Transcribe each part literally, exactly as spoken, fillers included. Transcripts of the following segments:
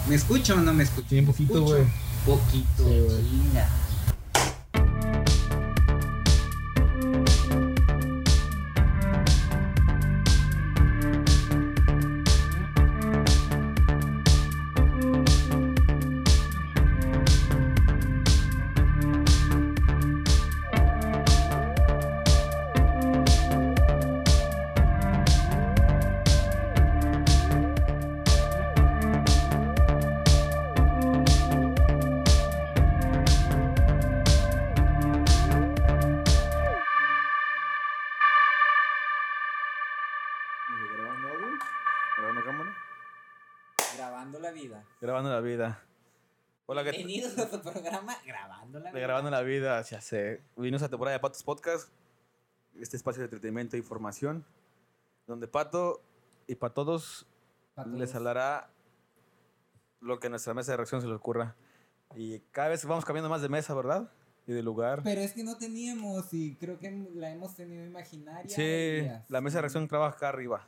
¿Me escucho o no me escucho? Sí, un poquito, güey. Poquito, sí, güey. chinga. ¿Grabando audio? ¿Grabando cámara? Grabando la vida. Grabando la vida. Hola, ¿qué tal? Bienvenidos a tu programa Grabando la De vida. Grabando la vida, ya sé. Vinimos a temporada de Patos Podcast, este espacio de entretenimiento e información, donde Pato y para todos Pa' les todos. hablará lo que a nuestra mesa de reacción se le ocurra. Y cada vez vamos cambiando más de mesa, ¿verdad? Y de lugar. Pero es que no teníamos y creo que la hemos tenido imaginaria. Sí, y así. la mesa de reacción trabaja acá arriba.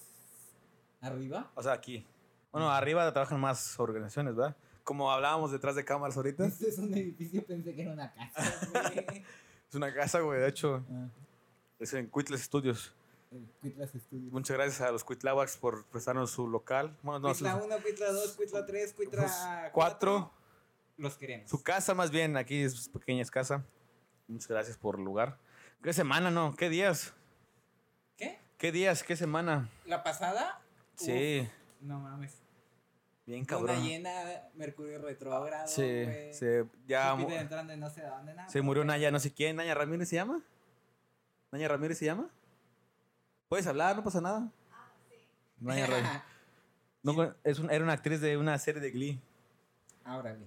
¿Arriba? O sea, aquí. Bueno, arriba trabajan más organizaciones, ¿verdad? Como hablábamos detrás de cámaras ahorita. Este es un edificio, pensé que era una casa, güey. Es una casa, güey, de hecho. Ah, Es en Cuitles Studios. el Cuitlas Studios. Muchas gracias a los Cuitláhuacs por prestarnos su local. Bueno, no, Cuitla su, uno, Cuitla dos, Cuitla tres, Cuitla cuatro. Los queremos. Su casa, más bien, aquí es pequeña es casa. Muchas gracias por el lugar. ¿Qué semana, no? ¿Qué días? ¿Qué? ¿Qué días? ¿Qué semana? ¿La pasada? Sí, Uf, no mames. bien Luna cabrón. llena, Mercurio retrógrado. Sí, güey. sí, ya mu- Júpiter entrando en no sé dónde, nada. se murió Naya, no sé quién. ¿Naya Ramírez se llama? ¿Naya Ramírez se llama? ¿Puedes hablar? No pasa nada. Naya Ramírez. No, es un- era una actriz de una serie de Glee. Árale.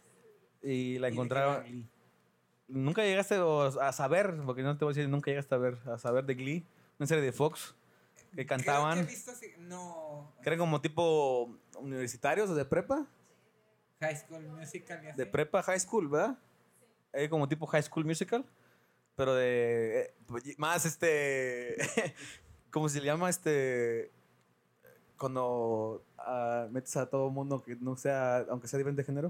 Y la ¿Y de qué encontraron. va Glee? Nunca llegaste o- a saber, porque no te voy a decir, nunca llegaste a ver, a saber de Glee, una serie de Fox que cantaban, Creo que he visto así. No. que eran como tipo universitarios o de prepa, High School Musical y así. de prepa high school, ¿verdad? Eh, como tipo high school musical, pero de eh, más este, ¿cómo se le llama este? Cuando ah, metes a todo mundo que no sea, aunque sea diferente de género.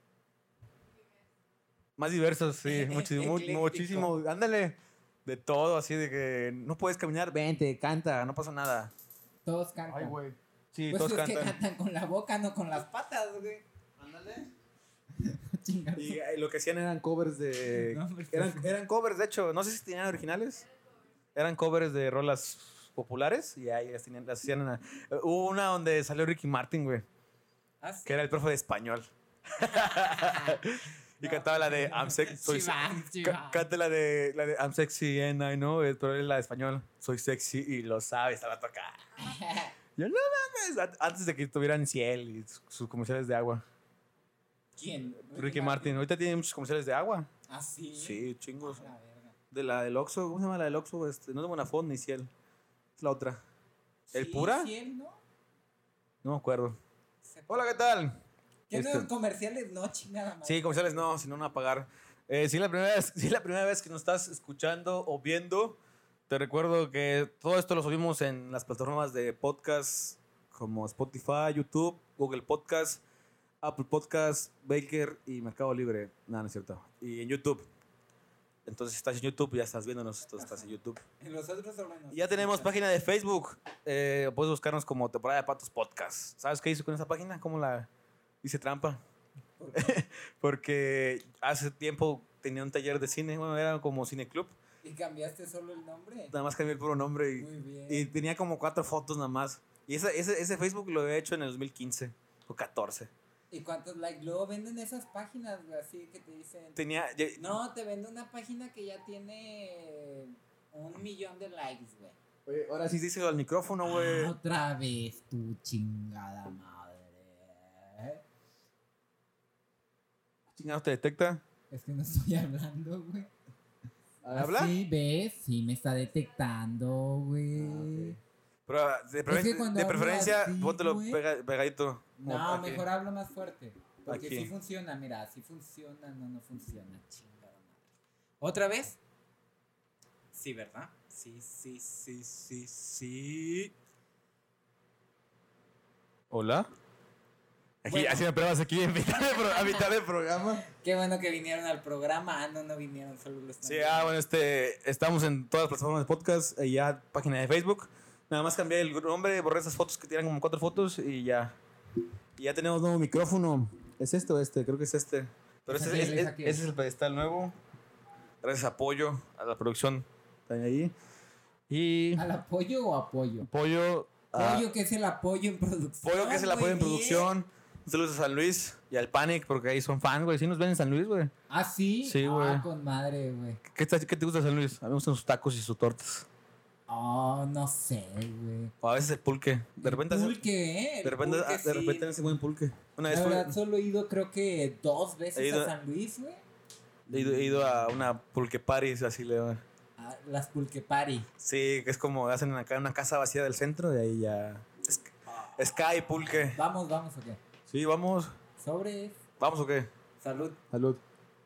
Más diversos, sí, muchísimo, mu- Ecléctico. muchísimo. Ándale, de todo, así de que no puedes caminar, vente, canta, no pasa nada. Todos cantan. Sí, Pues todos los que cantan. cantan con la boca, no con las patas, güey. Ándale. Chingados. Y eh, lo que hacían eran covers de. No, pues, eran, eran covers, de hecho, no sé si tenían originales. Eran covers de rolas populares y ahí las, tenían, las hacían. en- eh, Hubo una donde salió Ricky Martin, güey, Ah, sí. que era el profe de español. Y No. cantaba la de I'm sexy. Soy Chiván, ca- chiván. Canta la de, la de I'm sexy and I know it, pero es la de español. Soy sexy y lo sabe, estaba tocada. Yo no mames. an- Antes de que tuvieran Ciel y sus- sus comerciales de agua. ¿Quién? Ricky Martin, ahorita tiene muchos comerciales de agua. Ah, sí. Sí, chingos. A la verga. De la del Oxxo, ¿cómo se llama la del Oxxo? Este, no es de Bonafont ni Ciel. Es la otra. ¿El Sí, Pura? sí, él, ¿no? No me acuerdo. Se- Hola, ¿qué tal? ¿Qué Este- no comerciales? No, chingada madre. Sí, comerciales no, sino no apagar. Eh, si, es la primera vez, si es la primera vez que nos estás escuchando o viendo, te recuerdo que todo esto lo subimos en las plataformas de podcast como Spotify, YouTube, Google Podcast, Apple Podcast, Baker y Mercado Libre. Nada, no es cierto. Y en YouTube. Entonces, si estás en YouTube, ya estás viéndonos, entonces estás en YouTube. En los otros órganos. Y ya tenemos página de Facebook. Eh, puedes buscarnos como Temporada de Patos Podcast. ¿Sabes qué hice con esa página? ¿Cómo la hice trampa? ¿Por qué? Porque hace tiempo tenía un taller de cine, bueno, era como Cine Club. ¿Y cambiaste solo el nombre? Nada más cambié el puro nombre y, Muy bien. y tenía como cuatro fotos nada más. Y ese, ese, ese Facebook lo he hecho en el dos mil quince o catorce. ¿Y cuántos likes? Luego venden esas páginas, güey, así que te dicen... Tenía. ya- No, te vende una página que ya tiene un millón de likes, güey. Oye, ahora sí dice al micrófono, güey. Ah, otra vez, tu chingada madre. Chingado, te detecta. Es que no estoy hablando, güey. ¿Habla? Sí, ves, sí me está detectando, güey. Ah, ok. Pero de, preferen- que cuando de hablo preferencia, así, póntelo güey. pega- pegadito. como No, aquí. mejor hablo más fuerte. Porque Aquí. sí funciona, mira, sí funciona, no, no funciona, chingada madre. ¿Otra vez? Sí, ¿verdad? Sí, sí, sí, sí, sí. Hola. Aquí, Bueno. haciendo pruebas aquí en mitad, de pro- a mitad del programa. Qué bueno que vinieron al programa. Ah, no, no vinieron, solo los Sí, ah, bueno, este, estamos en todas las plataformas de podcast, y ya página de Facebook. Nada más cambié el nombre, borré esas fotos que tienen como cuatro fotos y ya. Y ya tenemos nuevo micrófono. ¿Es este o este? Creo que es este. Pero Es este, aquel, es, es es- aquel. ese es el pedestal nuevo. Gracias a apoyo a la producción. Están ahí. Y ¿Al apoyo o apoyo? apoyo a- Pollo, que es el apoyo en producción. Pollo, que es el muy apoyo en bien. producción. Saludos a San Luis y al Panic, porque ahí son fans, güey. Sí nos ven en San Luis, güey. Ah, sí. Sí, güey. Ah, con madre, güey. ¿Qué, te- ¿Qué te gusta de San Luis? A mí me gustan sus tacos y sus tortas. Oh, no sé, güey. O a veces el pulque. De repente El hace- pulque, ¿eh? El de repente, pulque, ah, de sí. repente hace buen pulque. Una La vez fue- verdad, solo he ido creo que dos veces He ido- a San Luis, güey. he, ido, he ido a una pulque party, así le llaman. A las pulque party. Sí, que es como hacen acá una casa vacía del centro y ahí ya. Es- Sky Pulque. Vamos, vamos, ¿o qué? Sí, vamos. Sobre. ¿Vamos o qué? Salud. Salud.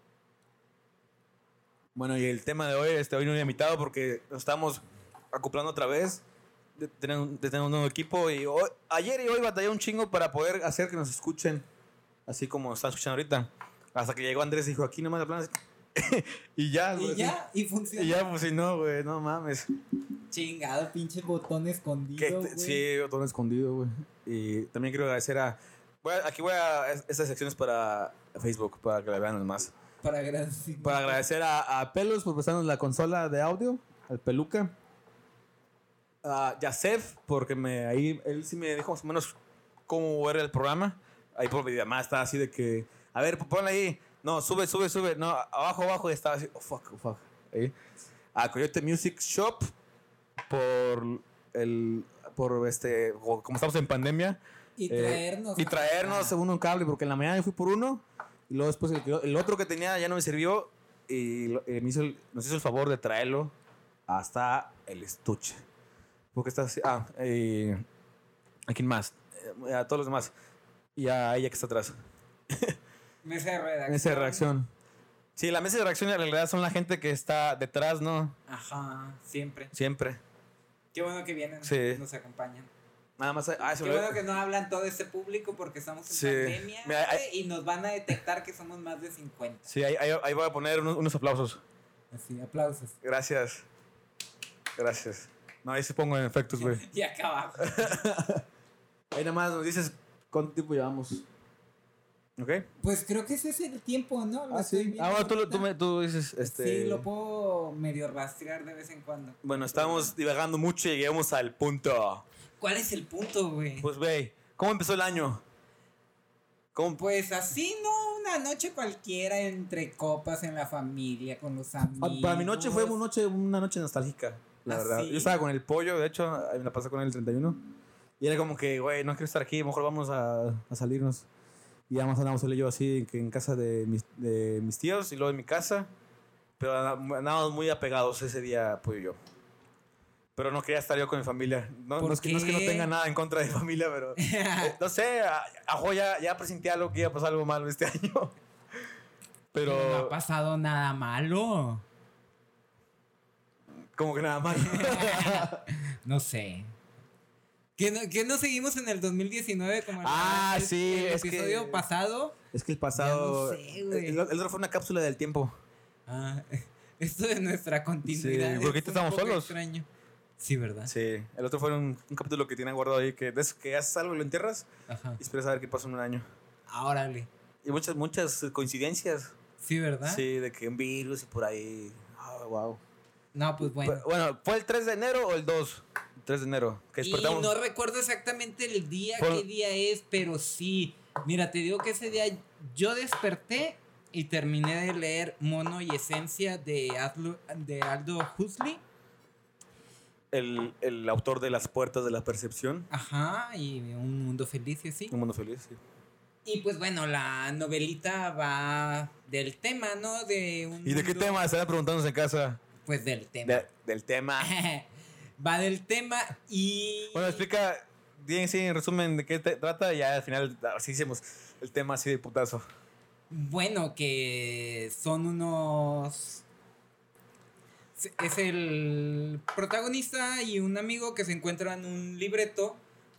Bueno, y el tema de hoy, este, hoy no he invitado porque nos estamos acoplando otra vez. De tener, un- de tener un nuevo equipo. Y hoy- ayer y hoy batallé un chingo para poder hacer que nos escuchen. Así como están escuchando ahorita. Hasta que llegó Andrés y dijo, aquí nomás hablan. y ya, Y güey, ya, y sí. funciona. Y ya, pues si no, güey, no mames. Chingado, pinche botón Que escondido, te- güey. sí, todo escondido, güey. Y también quiero agradecer a. voy a- aquí voy a. es- Estas secciones para Facebook, para que la vean los más. Para agradecer. Para agradecer a, a Pelos por prestarnos la consola de audio, al Peluca. A Yasef, porque me, ahí él sí me dijo más o menos cómo ver el programa. Ahí por videollamada estaba así de que. A ver, ponle ahí. No, sube, sube, sube. No, abajo, abajo. Y estaba así. Oh, fuck, oh, fuck. Ahí. A Coyote Music Shop. Por el. Por este. Como estamos en pandemia. Y eh, traernos. y traernos Ah, uno un cable, porque en la mañana yo fui por uno. Y luego después el, que- el otro que tenía ya no me sirvió. Y lo- eh, me hizo el- nos hizo el favor de traerlo hasta el estuche. Porque está así. Ah, eh, ¿a quién más? Eh, A todos los demás. Y a ella que está atrás. Mesa de redacción. Mesa de reacción. Sí, la mesa de reacción en realidad son la gente que está detrás, ¿no? Ajá, siempre. Siempre. Qué bueno que vienen. Sí. Nos acompañan. Nada más. Ah, se Qué me bueno que no hablan todo este público porque estamos en Sí. pandemia Mira, hay- güey, y nos van a detectar que somos más de cincuenta. Sí, ahí, ahí- ahí voy a poner unos, unos aplausos. Así, aplausos. Gracias. Gracias. No, ahí se pongo en efectos, güey. Y acá abajo. Ahí nada más nos dices cuánto tiempo llevamos. ¿Ok? Pues creo que ese es el tiempo, ¿no? Lo Ah, estoy sí. viendo Ah, bueno, tú, lo- ahorita. tú, me- tú dices, este... Sí, lo puedo medio rastrear de vez en cuando. Bueno, estábamos divagando mucho y llegamos al punto. ¿Cuál es el punto, güey? Pues, güey, ¿cómo empezó el año? ¿Cómo? Pues así, ¿no? Una noche cualquiera entre copas en la familia, con los Ah, amigos. para mi noche fue una noche, una noche nostálgica, la ¿Ah, verdad. sí? Yo estaba con el pollo, de hecho, ahí me la pasé con él el treinta y uno. Y era como que, güey, no quiero estar aquí, mejor vamos a, a salirnos. Y además andamos él y yo así que en casa de mis, de mis tíos y luego en mi casa. Pero andábamos muy apegados ese día, pollo y yo. Pero no quería estar yo con mi familia. No, ¿Por no, es, que, no es que no qué? tenga nada en contra de mi familia, pero... eh, no sé, a, a ya, ya presenté algo que iba a pasar algo malo este año. Pero... No ha pasado nada malo. Como que nada más. No sé. ¿Que no, que no seguimos en el dos mil diecinueve como el, Ah, el- sí, el es que- episodio pasado? Es que el pasado... Ya no sé, güey. el, el otro fue una cápsula del tiempo. Ah, esto de nuestra continuidad. Sí, porque es ahorita un estamos poco solos. extraño. Sí, ¿verdad? Sí, el otro fue un, un capítulo que tienen guardado ahí, que, de eso que haces algo y lo entierras Ajá. y esperas a ver qué pasó en un año. Ah, órale. Y muchas, muchas coincidencias. Sí, ¿verdad? Sí, de que un virus y por ahí. Ah, wow. No, pues bueno. Bueno. bueno, ¿fue el tres de enero o el dos? El tres de enero. Que Y despertamos. no recuerdo exactamente el día, Fue- qué día es, pero sí. Mira, te digo que ese día yo desperté y terminé de leer Mono y Esencia de, Aldo, de Aldo Huxley. El, el autor de Las Puertas de la Percepción. Ajá, y Un Mundo Feliz y así. Un mundo feliz, sí. Y pues bueno, la novelita va del tema, ¿no? De un ¿Y de qué mundo- tema? Estaban preguntándose en casa. Pues del tema. De- del tema. Va del tema y... Bueno, explica, bien, sí, en resumen, de qué te trata. Y ya al final, así hicimos el tema así de putazo. Bueno, que son unos... Es el protagonista y un amigo que se encuentran un libreto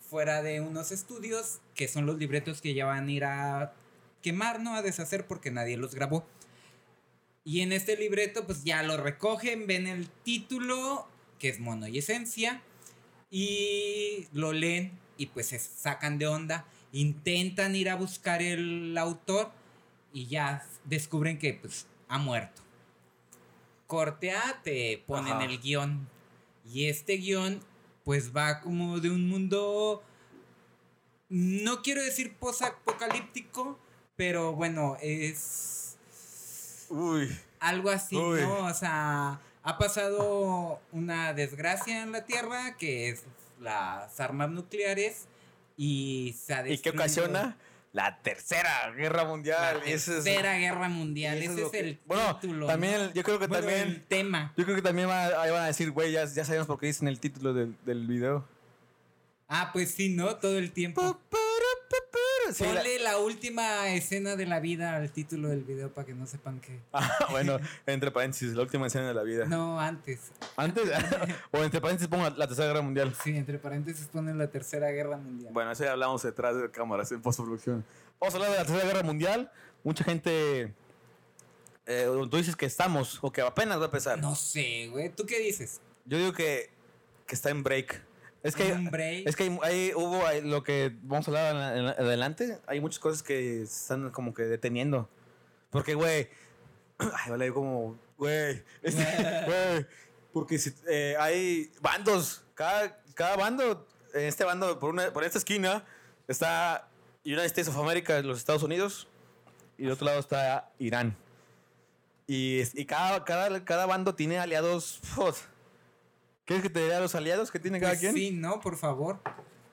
fuera de unos estudios, que son los libretos que ya van a ir a quemar, ¿no? A deshacer porque nadie los grabó. Y en este libreto pues ya lo recogen, ven el título, que es Mono y Esencia, y lo leen y pues se sacan de onda, intentan ir a buscar el autor y ya descubren que pues ha muerto. Corte A, te ponen Ajá. el guión. Y este guión pues va como de un mundo, no quiero decir posapocalíptico, pero bueno, es Uy. algo así, Uy. ¿no? O sea, ha pasado una desgracia en la Tierra, que es las armas nucleares, y se ha ¿Y qué destruido ocasiona? La Tercera Guerra Mundial. la Ese es- Tercera Guerra Mundial. y eso Ese lo es que- el bueno, título, también ¿no? el- yo creo que Bueno, también el tema. yo creo que también va- ahí van a decir, güey, ya, ya sabemos por qué dicen el título del, del video. Ah, pues sí, ¿no? Todo el tiempo. Sí, la- Ponle la... última escena de la vida al título del video para que no sepan que... Ah, bueno, entre paréntesis, la última escena de la vida. No, antes. Antes, o entre paréntesis pongo la, la Tercera Guerra Mundial. Sí, entre paréntesis ponen la Tercera Guerra Mundial. Bueno, eso ya hablamos detrás de cámaras en postproducción. Vamos a hablar de la Tercera Guerra Mundial. Mucha gente, eh, tú dices que estamos o que apenas va a empezar. No sé, güey. ¿Tú qué dices? Yo digo que, que está en break. Es que, Un break. es que hay, hay- hubo hay- lo que vamos a hablar en- en- adelante. Hay muchas cosas que se están como que deteniendo. Porque, güey, ay, vale, como, güey, este, güey, porque si, eh, hay bandos. Cada, cada bando, en este bando, por, una, por esta esquina, está United States of America, los Estados Unidos, y del otro lado está Irán. Y, y cada, cada, cada bando tiene aliados. Pues, ¿quieres que te diga los aliados que tiene cada Pues quien? sí, ¿no? Por favor.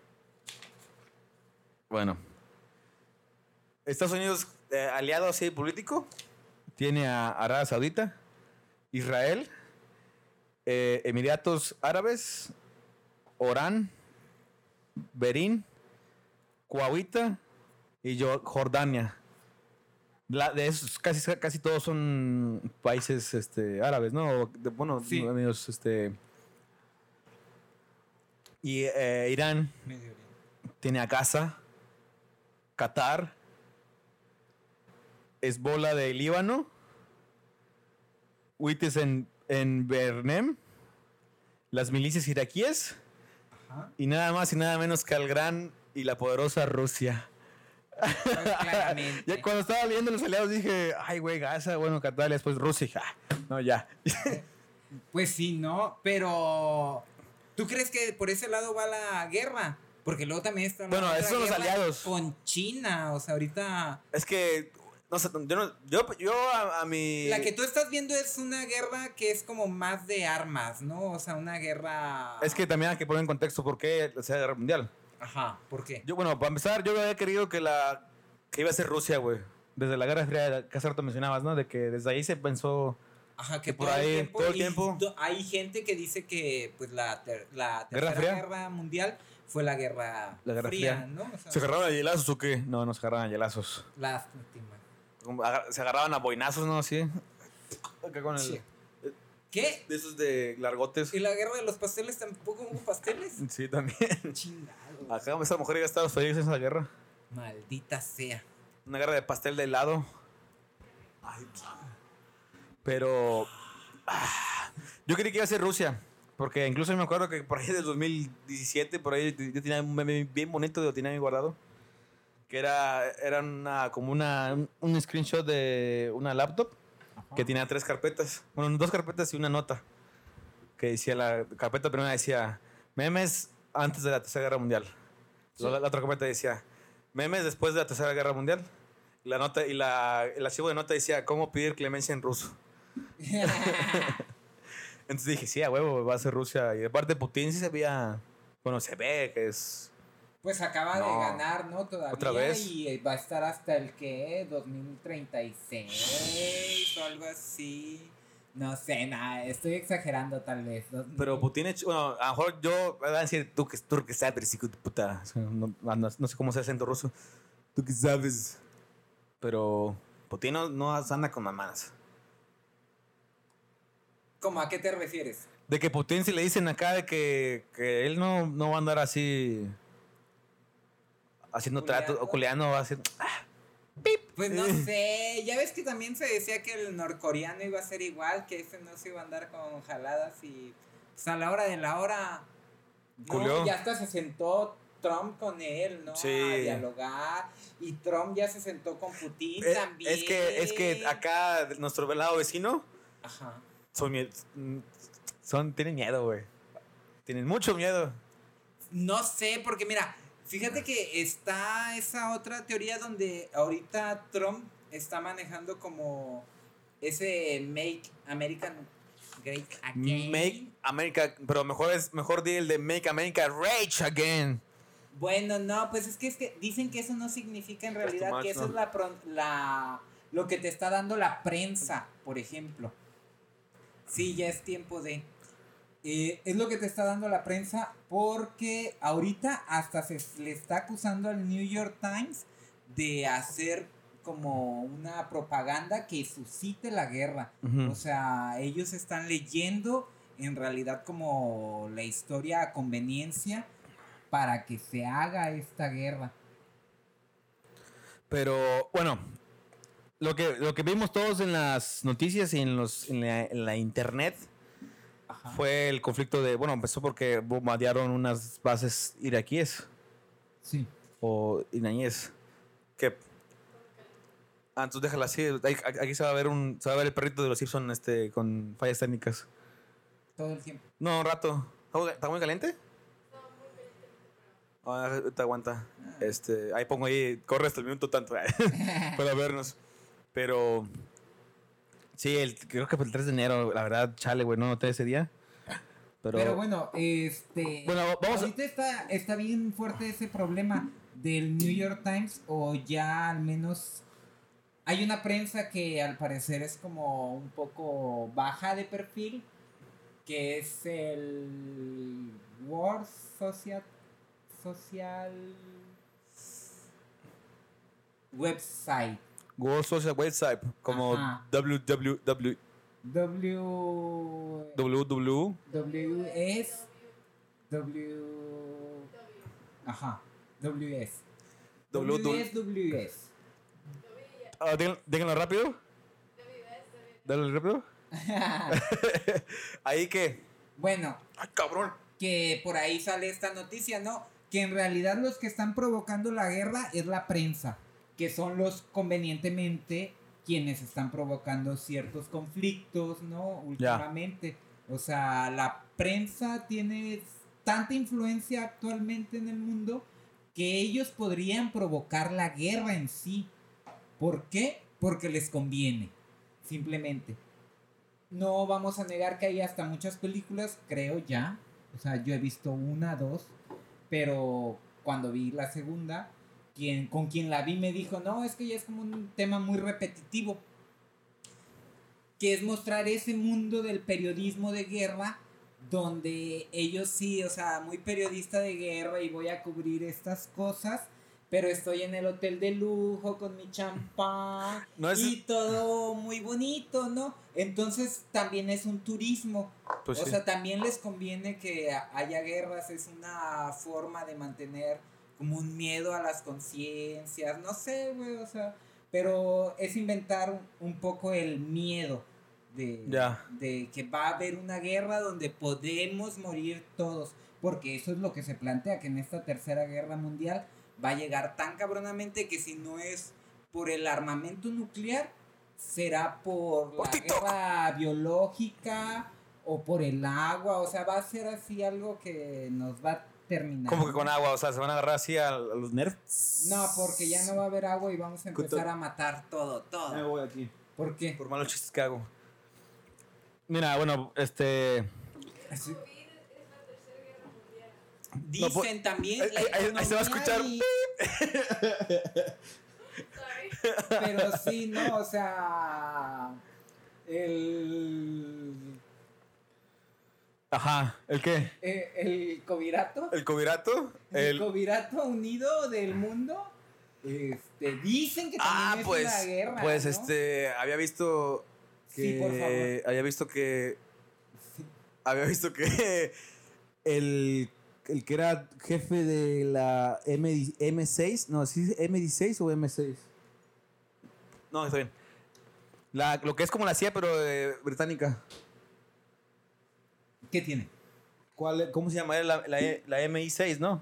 Bueno. Estados Unidos, eh, aliado así político, tiene a Arabia Saudita, Israel, eh, Emiratos Árabes, Orán, Berín, Kuwaita y Yo- Jordania. La- de esos casi, casi todos son países este, árabes, ¿no? De- bueno, Sí. amigos, este. Y eh, Irán Medio Oriente. tiene a Gaza, Qatar, Hezbollah de Líbano, Huites en, en Bernem, las milicias iraquíes Ajá. y nada más y nada menos que al gran y la poderosa Rusia. Pues claramente. Ya cuando estaba leyendo los aliados dije, ay, güey, Gaza, bueno, Qatar, y después Rusia. Y dije, ah, no, ya. Pues sí, ¿no? Pero... ¿Tú crees que por ese lado va la guerra? Porque luego también está la Bueno, otra esos son los guerra aliados. con China. O sea, ahorita... Es que, no sé, yo, no, yo, yo a, a mi... La que tú estás viendo es una guerra que es como más de armas, ¿no? O sea, una guerra... Es que también hay que poner en contexto por qué la Segunda Guerra Mundial. Ajá, ¿por qué? Yo, bueno, para empezar, yo había querido que la que iba a ser Rusia, güey. Desde la Guerra Fría que hace rato mencionabas, ¿no? De que desde ahí se pensó... Ajá, que que por todo ahí, el tiempo, todo el y tiempo. do- hay gente que dice que pues la, ter- la ¿Guerra tercera Fría? guerra mundial fue la guerra, La Guerra fría, Fría. ¿no? O sea, ¿Se agarraban a hielazos o qué? No, no se agarraban a hielazos. lástima. Como agar- Se agarraban a boinazos, ¿no? Así. Acá con el... Sí. ¿Qué? De esos de largotes. ¿Y la guerra de los pasteles tampoco hubo pasteles? Sí, también. Chingado. Acá esa mujer ya estaba feliz en esa guerra. Maldita sea. Una guerra de pastel de helado. Ay, pero... ah, yo creí que iba a ser Rusia. Porque incluso me acuerdo que por ahí del dos mil diecisiete, por ahí yo tenía un meme bien bonito, lo tenía ahí guardado. Que era, era una, como una, un, un screenshot de una laptop que tenía tres carpetas. Bueno, dos carpetas y una nota. Que decía, la carpeta primera decía, memes antes de la Tercera Guerra Mundial. Sí. La, la otra carpeta decía, memes después de la Tercera Guerra Mundial. Y, la nota, y la, el archivo de nota decía, cómo pedir clemencia en ruso. Entonces dije, sí, a huevo, va a ser Rusia. Y de parte de Putin sí se veía, bueno, se ve que es... Pues acaba No. de ganar, ¿no? Todavía. ¿Otra vez? Y va a estar hasta el que, dos mil treinta y seis o algo así. No sé, nada, estoy exagerando tal vez. dos mil. Pero Putin, es- bueno, a lo mejor yo voy a decir, tú que, tú que sabes, hijo de puta. No, no- no sé cómo se acento ruso. Tú que sabes. Pero Putin no, no anda con mamadas. ¿Cómo? ¿A qué te refieres? De que Putin si le dicen acá de que, que él no, no va a andar así haciendo tratos, o culeando, haciendo... Pues no sé, ya ves que también se decía que el norcoreano iba a ser igual, que ese no se iba a andar con jaladas y pues a la hora de la hora, Culió. no, ya hasta se sentó Trump con él, ¿no? Sí. A dialogar, y Trump ya se sentó con Putin Eh, también. Es que, es que acá, nuestro lado vecino, Ajá. son, mie- son tienen miedo, güey. Tienen mucho miedo. No sé, porque mira, fíjate que está esa otra teoría donde ahorita Trump está manejando como ese Make American Great Again. Make America, pero mejor es mejor di el de Make America Rage Again. Bueno, no, pues es que, es que dicen que eso no significa en realidad much, que eso ¿no? es la, pro- la lo que te está dando la prensa, por ejemplo. Sí, ya es tiempo de... Eh, es lo que te está dando la prensa porque ahorita hasta se le está acusando al New York Times de hacer como una propaganda que suscite la guerra. Ujú. O sea, ellos están leyendo en realidad como la historia a conveniencia para que se haga esta guerra. Pero bueno, lo que, lo que vimos todos en las noticias y en, los, en, la, en la internet Ajá. fue el conflicto de, bueno, empezó porque bombardearon unas bases iraquíes Sí. o iraníes. Que ah, entonces déjala así. Ahí- Aquí se va a ver un, se va a ver el perrito de los Simpson este con fallas técnicas. Todo el tiempo. No, un rato. ¿Está muy- ¿Está muy caliente? Ah, te aguanta. Este, ahí pongo ahí, corre hasta el minuto tanto para vernos. Pero sí, el, creo que fue el tres de enero, la verdad, chale, güey, no noté ese día. Pero, Pero bueno, este. Bueno, vamos a- ahorita está, está bien fuerte ese problema del New York Times, o ya al menos. Hay una prensa que al parecer es como un poco baja de perfil, que es el World Social. Social. Website. World Social Website, como Ajá. www, W. www, W S. W. Ajá. W S. W- W S. W S. ah, dígan- díganlo rápido. Dale rápido. Ahí que, Bueno, ay, cabrón. que por ahí sale esta noticia, ¿no? Que en realidad los que están provocando la guerra es la prensa, que son los convenientemente quienes están provocando ciertos conflictos, ¿no? Últimamente. O sea, la prensa tiene tanta influencia actualmente en el mundo que ellos podrían provocar la guerra en sí. ¿Por qué? Porque les conviene, simplemente. No vamos a negar que hay hasta muchas películas, creo ya. O sea, yo he visto una, dos, pero cuando vi la segunda, quien, con quien la vi me dijo, no, es que ya es como un tema muy repetitivo. Que es mostrar ese mundo del periodismo de guerra, donde ellos sí, o sea, muy periodista de guerra y voy a cubrir estas cosas, pero estoy en el hotel de lujo con mi champán No es- y todo muy bonito, ¿no? Entonces también es un turismo. Pues o sí. sea, también les conviene que haya guerras, es una forma de mantener como un miedo a las conciencias, no sé, güey, o sea, pero es inventar un, un poco el miedo de, Ya. de que va a haber una guerra donde podemos morir todos, porque eso es lo que se plantea, que en esta tercera guerra mundial va a llegar tan cabronamente que si no es por el armamento nuclear, será por Por la TikTok. guerra biológica o por el agua, o sea, va a ser así algo que nos va a terminar. Como que con agua, o sea, se van a agarrar así a, a los nerds. No, porque ya no va a haber agua y vamos a empezar a matar todo, Me todo. voy aquí. ¿Por qué? Por malos chistes que hago. Mira, bueno, este. Así- No, Dicen pues, también ahí- la ahí- ahí se va a economía escuchar. y- Pero sí, no, o sea, el Ajá, ¿el qué? eh, el covirato, ¿El covirato? el, El. covirato unido del mundo, este, dicen que también Ah, es pues. una guerra, Pues ¿no? este. Había visto. Que, Sí, por favor. Había visto que. Sí. Había visto que. El. el que era jefe de la M, M seis, no, ¿sí M dieciséis o M seis? No, está bien. La, lo que es como la C I A, pero eh, británica. ¿Qué tiene? ¿Cuál, ¿Cómo se llama? Era la, la, la M I seis, ¿no?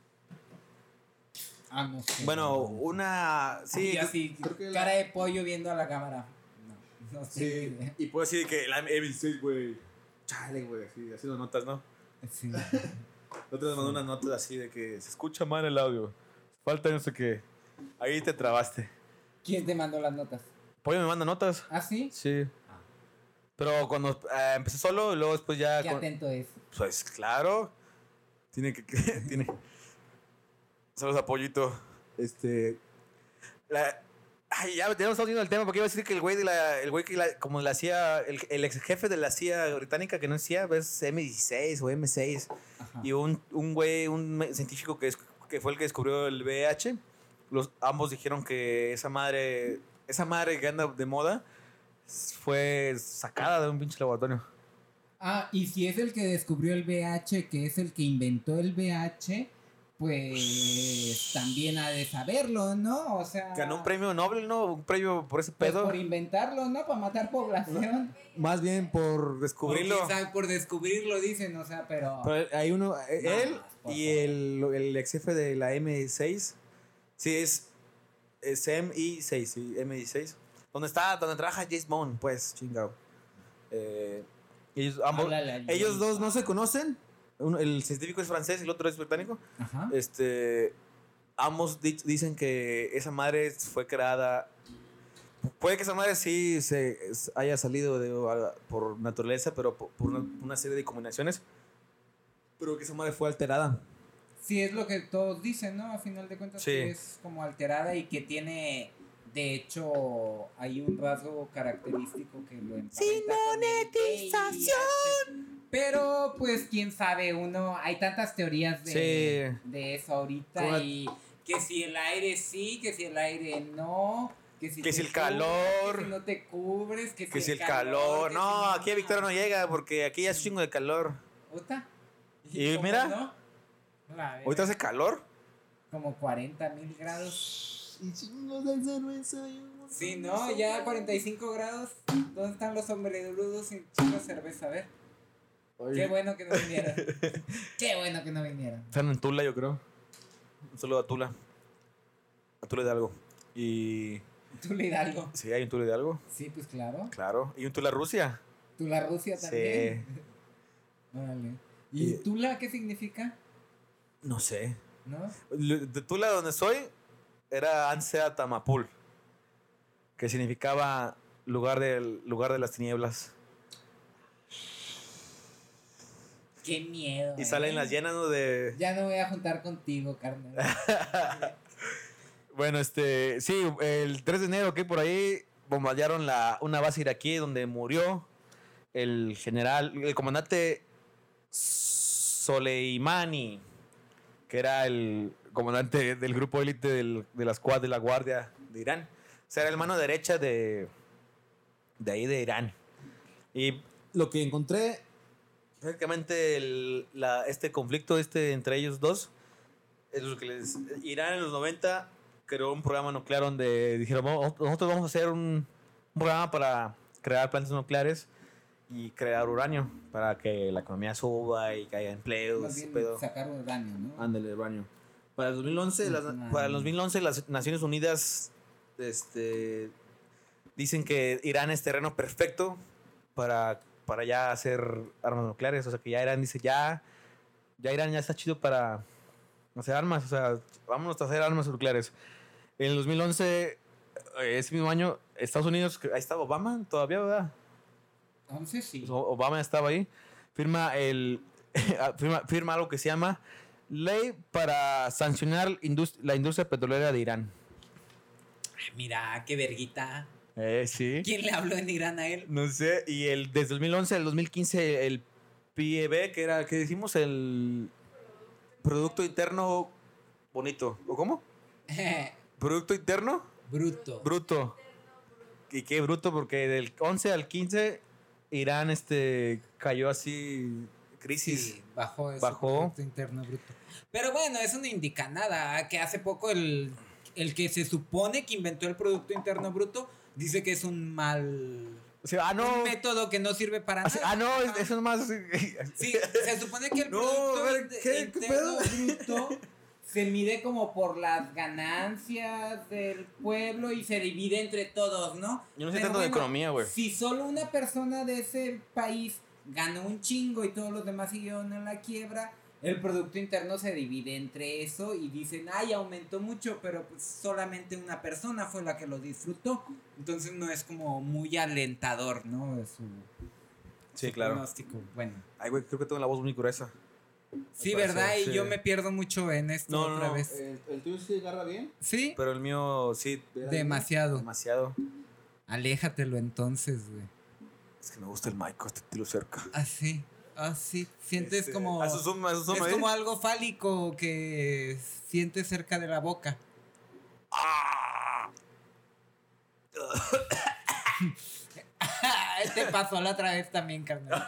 Ah, no sé. Bueno, una... Sí, y así, creo que cara la... de pollo viendo a la cámara. No, no sé. Sí, y puedo decir que la M dieciséis, güey. Chale, güey, así, haciendo notas, ¿no? Sí. Otra vez mandó unas notas así de que se escucha mal el audio. Falta no sé qué. Ahí te trabaste. ¿Quién te mandó las notas? Pollo me manda notas. ¿Ah, sí? Sí. Ah. Pero cuando eh, empecé solo, y luego después ya... Qué con... atento es. Pues claro. Tiene que... tiene... Saludos a Pollito. Este... La... Ay, ya, ya no estamos viendo el tema porque iba a decir que el güey de la... El güey que la, como la hacía... El, el ex jefe de la C I A británica que no es C I A, es M dieciséis o M seis. Ajá. Y un, un güey, un científico que, es, que fue el que descubrió el V I H. Los, ambos dijeron que esa madre... Esa madre que anda de moda fue sacada de un pinche laboratorio. Ah, y si es el que descubrió el V I H, que es el que inventó el V I H, pues también ha de saberlo, ¿no? O sea... Ganó un premio Nobel, ¿no? Un premio por ese pedo. Pues por inventarlo, ¿no? Para matar población. Más bien por descubrirlo. O quizá por descubrirlo dicen, o sea, pero... pero hay uno, no, él y el, el ex jefe de la M seis. Sí, es... Es M I seis, sí, M I seis. ¿Dónde está? Donde trabaja James Bond, pues, chingado. Eh, ellos, ambos, ellos dos no se conocen. Uno, el científico es francés y el otro es británico. Ajá. Este, ambos di- dicen que esa madre fue creada. Puede que esa madre sí se haya salido de, por naturaleza, pero por, por una, una serie de combinaciones. Pero que esa madre fue alterada. Sí, es lo que todos dicen, ¿no? A final de cuentas, sí. Que es como alterada y que tiene, de hecho, hay un rasgo característico que lo emparenta. ¡Sin monetización! Pero, pues, quién sabe, uno, hay tantas teorías de, sí. de eso ahorita. Como y que si el aire sí, que si el aire no, que si, que si el cubres, calor, que si no te cubres, que, que si el calor. calor. No, si no, aquí a Victoria no llega porque aquí ya es un chingo de calor. ¿Uta? ¿Y, y mira? No? ¿Ahorita hace calor? Como cuarenta mil grados. Y chingos de cerveza. Sí, no, ya cuarenta y cinco grados. ¿Dónde están los hombrerudos sin chingos de cerveza? A ver. Oye. Qué bueno que no vinieron. Qué bueno que no vinieron. Están en Tula, yo creo. Un saludo a Tula. A Tula Hidalgo. Y... ¿Tula Hidalgo? Sí, hay un Tula Hidalgo. Sí, pues claro. Claro. Y un Tula Rusia. ¿Tula Rusia también? Sí. Órale. ¿Y, ¿Y Tula qué significa? No sé. ¿No? De Tula, donde soy, era Ansea Tamapul, que significaba lugar, del, lugar de las tinieblas. Qué miedo. Y salen ¿eh? las llenas, ¿no? De... Ya no voy a juntar contigo, carnal. Bueno, este, sí, el tres de enero, que por ahí bombardearon la, una base iraquí donde murió el general, el comandante Soleimani, que era el comandante del grupo élite del, de las Quad de la Guardia de Irán. O sea, era el mano derecha de, de ahí de Irán. Y lo que encontré, prácticamente el, la, este conflicto este, entre ellos dos, es lo que les... Irán en los noventa creó un programa nuclear donde dijeron, nosotros vamos a hacer un, un programa para crear plantas nucleares y crear uranio para que la economía suba y que haya empleos. Más bien pedo. Sacar uranio, ¿no? Ándale, uranio. Para el dos mil once, las, para el dos mil once las Naciones Unidas este, dicen que Irán es terreno perfecto para, para ya hacer armas nucleares. O sea, que ya Irán dice, ya, ya Irán ya está chido para hacer armas. O sea, vámonos a hacer armas nucleares. En el dos mil once, ese mismo año, Estados Unidos, ahí estaba Obama todavía, ¿verdad? once sí. Obama estaba ahí. Firma, el, firma, firma algo que se llama Ley para sancionar indust- la industria petrolera de Irán. Mira, qué verguita. Eh, sí. ¿Quién le habló en Irán a él? No sé. Y el, desde dos mil once al dos mil quince, el P E B, que era, ¿qué decimos? El Producto Interno Bonito. ¿O cómo? ¿Producto Interno? Bruto. Bruto. ¿Y qué bruto? Porque del once al quince, Irán este, cayó así crisis. Sí, bajó ese Bajó. Producto Interno Bruto. Pero bueno, eso no indica nada. Que hace poco el, el que se supone que inventó el Producto Interno Bruto dice que es un mal... O sea, ah, no. Un método que no sirve para Así- nada. ah, no, es- Ajá. eso es más. Sí, se supone que el No, Producto a ver, in- ¿qué- qué Interno pedo? Bruto se mide como por las ganancias del pueblo y se divide entre todos, ¿no? Yo no sé Pero tanto de bueno, economía, güey. Si solo una persona de ese país ganó un chingo y todos los demás siguieron en la quiebra, el Producto Interno se divide entre eso y dicen, ay, aumentó mucho, pero pues solamente una persona fue la que lo disfrutó. Entonces no es como muy alentador, ¿no? Es su, Sí, su claro. pronóstico. Bueno. Ay, güey, creo que tengo la voz muy gruesa. Sí, parece, ¿verdad? Y sí. yo me pierdo mucho en esto No, no, otra no. vez. ¿El, el tuyo se agarra bien? Sí, Pero el mío, sí, demasiado. demasiado. Aléjatelo entonces, güey. Es que me gusta el mic, este tiro cerca. Así, así. Sientes Este, como... A su zoom, a su zoom Es ahí. como algo fálico que sientes cerca de la boca. ¡Ah! Te pasó la otra vez también, carnal.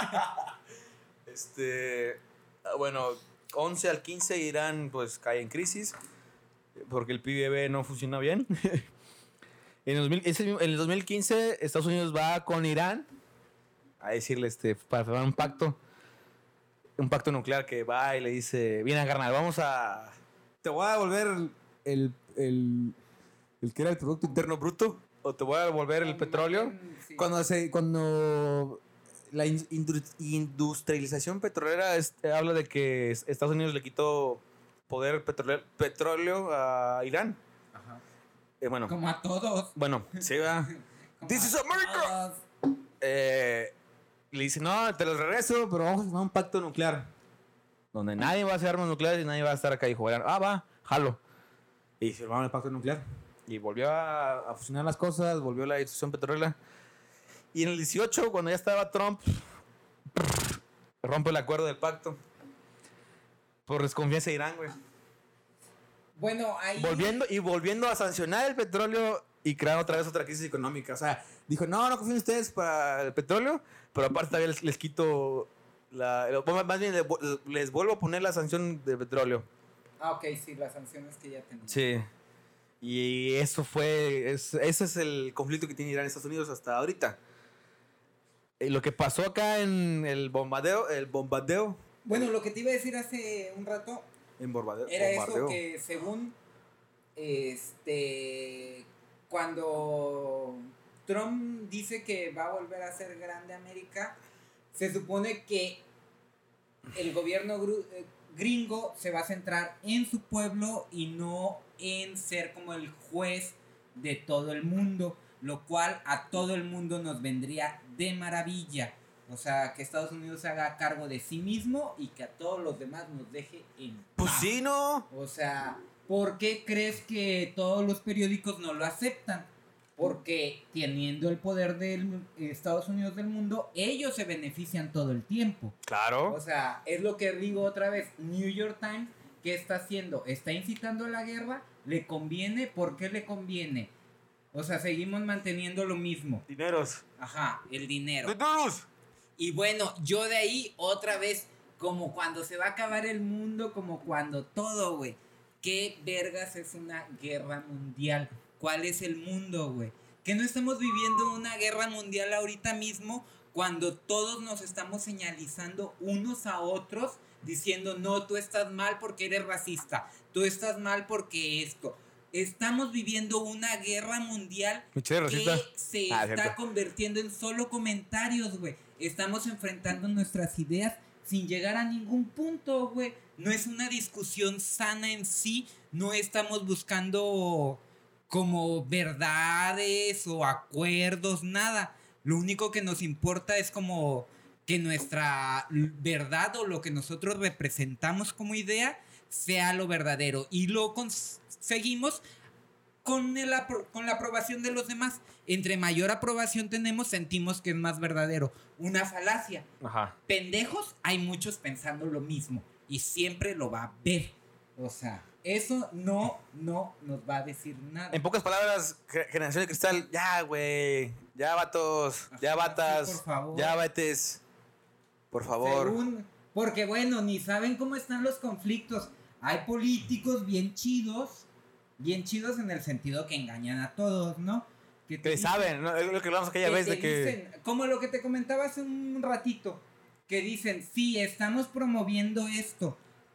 Este. ah, Bueno, once al quince Irán pues cae en crisis porque el P I B no funciona bien. En el, dos mil, ese mismo- en el dos mil quince Estados Unidos va con Irán a decirle este para firmar un pacto, un pacto nuclear que va y le dice, bien, carnal, vamos a te voy a devolver el, el, el que era el Producto Interno Bruto o te voy a devolver el petróleo. Sí. Cuando se cuando la in- indru- industrialización petrolera es- eh, habla de que es- Estados Unidos le quitó poder petrole- petróleo a Irán. Ajá. Eh, bueno, Como a todos. bueno, sí va. Como This a is America. todos. Eh, le dice, no, te los regreso, pero vamos a firmar un pacto nuclear. Donde nadie va a hacer armas nucleares y nadie va a estar acá. Y dijo, ah, va, jalo. Y firmaron el pacto nuclear. Y volvió a, a funcionar las cosas, volvió la institución petrolera. Y en el dieciocho, cuando ya estaba Trump, rompe el acuerdo del pacto. Por desconfianza de Irán, güey. Bueno, ahí... Volviendo, y volviendo a sancionar el petróleo y crear otra vez otra crisis económica. O sea, dijo, no, no confíen en ustedes para el petróleo, pero aparte todavía les, les quito la... bueno, más bien les, les vuelvo a poner la sanción de petróleo. Ah, ok, sí, las sanciones que ya tenemos. Sí. Y eso fue... Es, ese es el conflicto que tiene Irán y Estados Unidos hasta ahorita. Y lo que pasó acá en el bombardeo, el bombardeo... Bueno, lo que te iba a decir hace un rato En bombardeo. era bombardeo. eso que según este cuando Trump dice que va a volver a ser grande América, se supone que el gobierno gru- eh, gringo se va a centrar en su pueblo y no en ser como el juez de todo el mundo, lo cual a todo el mundo nos vendría de maravilla. O sea, que Estados Unidos se haga cargo de sí mismo y que a todos los demás nos deje en Pues paz. sí, ¿no? O sea, ¿por qué crees que todos los periódicos no lo aceptan? Porque teniendo el poder de Estados Unidos del mundo, ellos se benefician todo el tiempo. Claro. O sea, es lo que digo otra vez. New York Times, ¿qué está haciendo? ¿Está incitando a la guerra? ¿Le conviene? ¿Por qué le conviene? O sea, seguimos manteniendo lo mismo. Dineros. Ajá, el dinero. Dineros. Y bueno, yo de ahí otra vez, como cuando se va a acabar el mundo, como cuando todo, güey. ¿Qué vergas es una guerra mundial? ¿Cuál es el mundo, güey? Que no estamos viviendo una guerra mundial ahorita mismo cuando todos nos estamos señalizando unos a otros diciendo, no, tú estás mal porque eres racista, tú estás mal porque esto. Estamos viviendo una guerra mundial Michelle, racista. que se Ah, está cierto. convirtiendo en solo comentarios, güey. Estamos enfrentando nuestras ideas sin llegar a ningún punto, güey. No es una discusión sana en sí. No estamos buscando como verdades o acuerdos, nada. Lo único que nos importa es como que nuestra verdad o lo que nosotros representamos como idea sea lo verdadero. Y lo conseguimos con, el apro- con la aprobación de los demás. Entre mayor aprobación tenemos, sentimos que es más verdadero. Una falacia. Ajá. Pendejos, hay muchos pensando lo mismo. Y siempre lo va a ver. O sea, eso no, no nos va a decir nada. En pocas palabras, ge- generación de cristal, ya, güey. Ya, vatos. Ya, Ajá, batas. sí, por favor. Ya, bates. Por favor. Según, porque bueno, ni saben cómo están los conflictos. Hay políticos bien chidos, bien chidos en el sentido que engañan a todos, ¿no? Que, que dicen, saben, ¿no? Es lo que hablamos aquella que vez de que... Dicen, como lo que te comentaba hace un ratito, que dicen, sí, estamos promoviendo esto,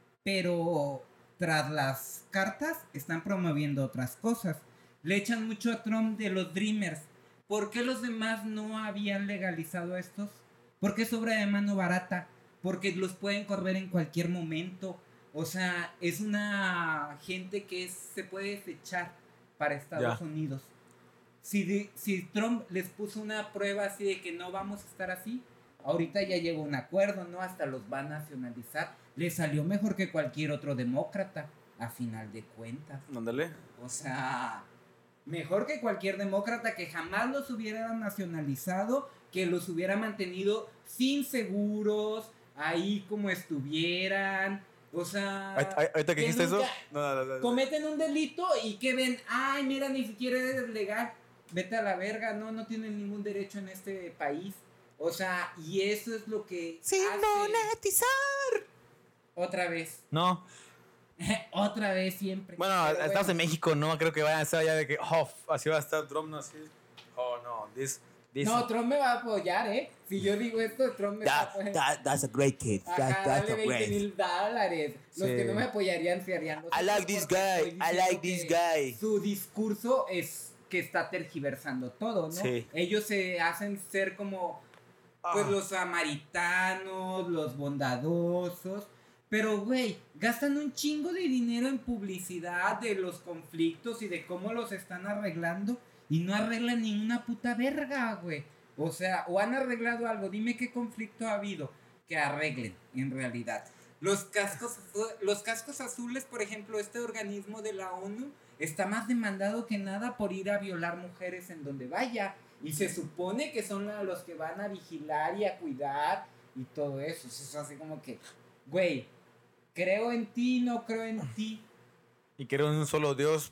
pero tras las cartas están promoviendo otras cosas. Le echan mucho a Trump de los Dreamers. ¿Por qué los demás no habían legalizado estos? Porque es obra de mano barata, porque los pueden correr en cualquier momento. O sea, es una gente que es, se puede desechar para Estados ya. Unidos. Si, de, si Trump les puso una prueba así de que no vamos a estar así, ahorita ya llegó un acuerdo, ¿no? Hasta los va a nacionalizar. Le salió mejor que cualquier otro demócrata, a final de cuentas. Mándale. O sea, mejor que cualquier demócrata que jamás los hubiera nacionalizado, que los hubiera mantenido sin seguros, ahí como estuvieran. O sea, ¿ahorita que dijiste eso? No, no, no, no. Cometen un delito y que ven, ay, mira, ni siquiera es legal. Vete a la verga, no, no tienen ningún derecho en este país. O sea, y eso es lo que sin hace... monetizar. Otra vez. No. Otra vez siempre. Bueno, Pero estamos bueno. en México, no creo que vayan a estar allá de que, oh, así va a estar Trump, no así. Oh, no, this... This no, Trump me va a apoyar, ¿eh? Si yo digo esto, Trump me that, va a apoyar. That, that's a great kid. Ajá, that, that's dale veinte mil dólares. Los sí. que no me apoyarían se harían los I like this guy, I like this guy. Su discurso es que está tergiversando todo, ¿no? Sí. Ellos se hacen ser como, pues, ah. los samaritanos, los bondadosos. Pero, güey, gastan un chingo de dinero en publicidad de los conflictos y de cómo los están arreglando. Y no arreglan ni una puta verga, güey. O sea, o han arreglado algo. Dime qué conflicto ha habido que arreglen, en realidad. Los cascos, los cascos azules, por ejemplo, este organismo de la ONU, está más demandado que nada por ir a violar mujeres en donde vaya. Y se supone que son los que van a vigilar y a cuidar y todo eso. Eso es así como que, güey, creo en ti, no creo en ti. Y creo en un solo Dios.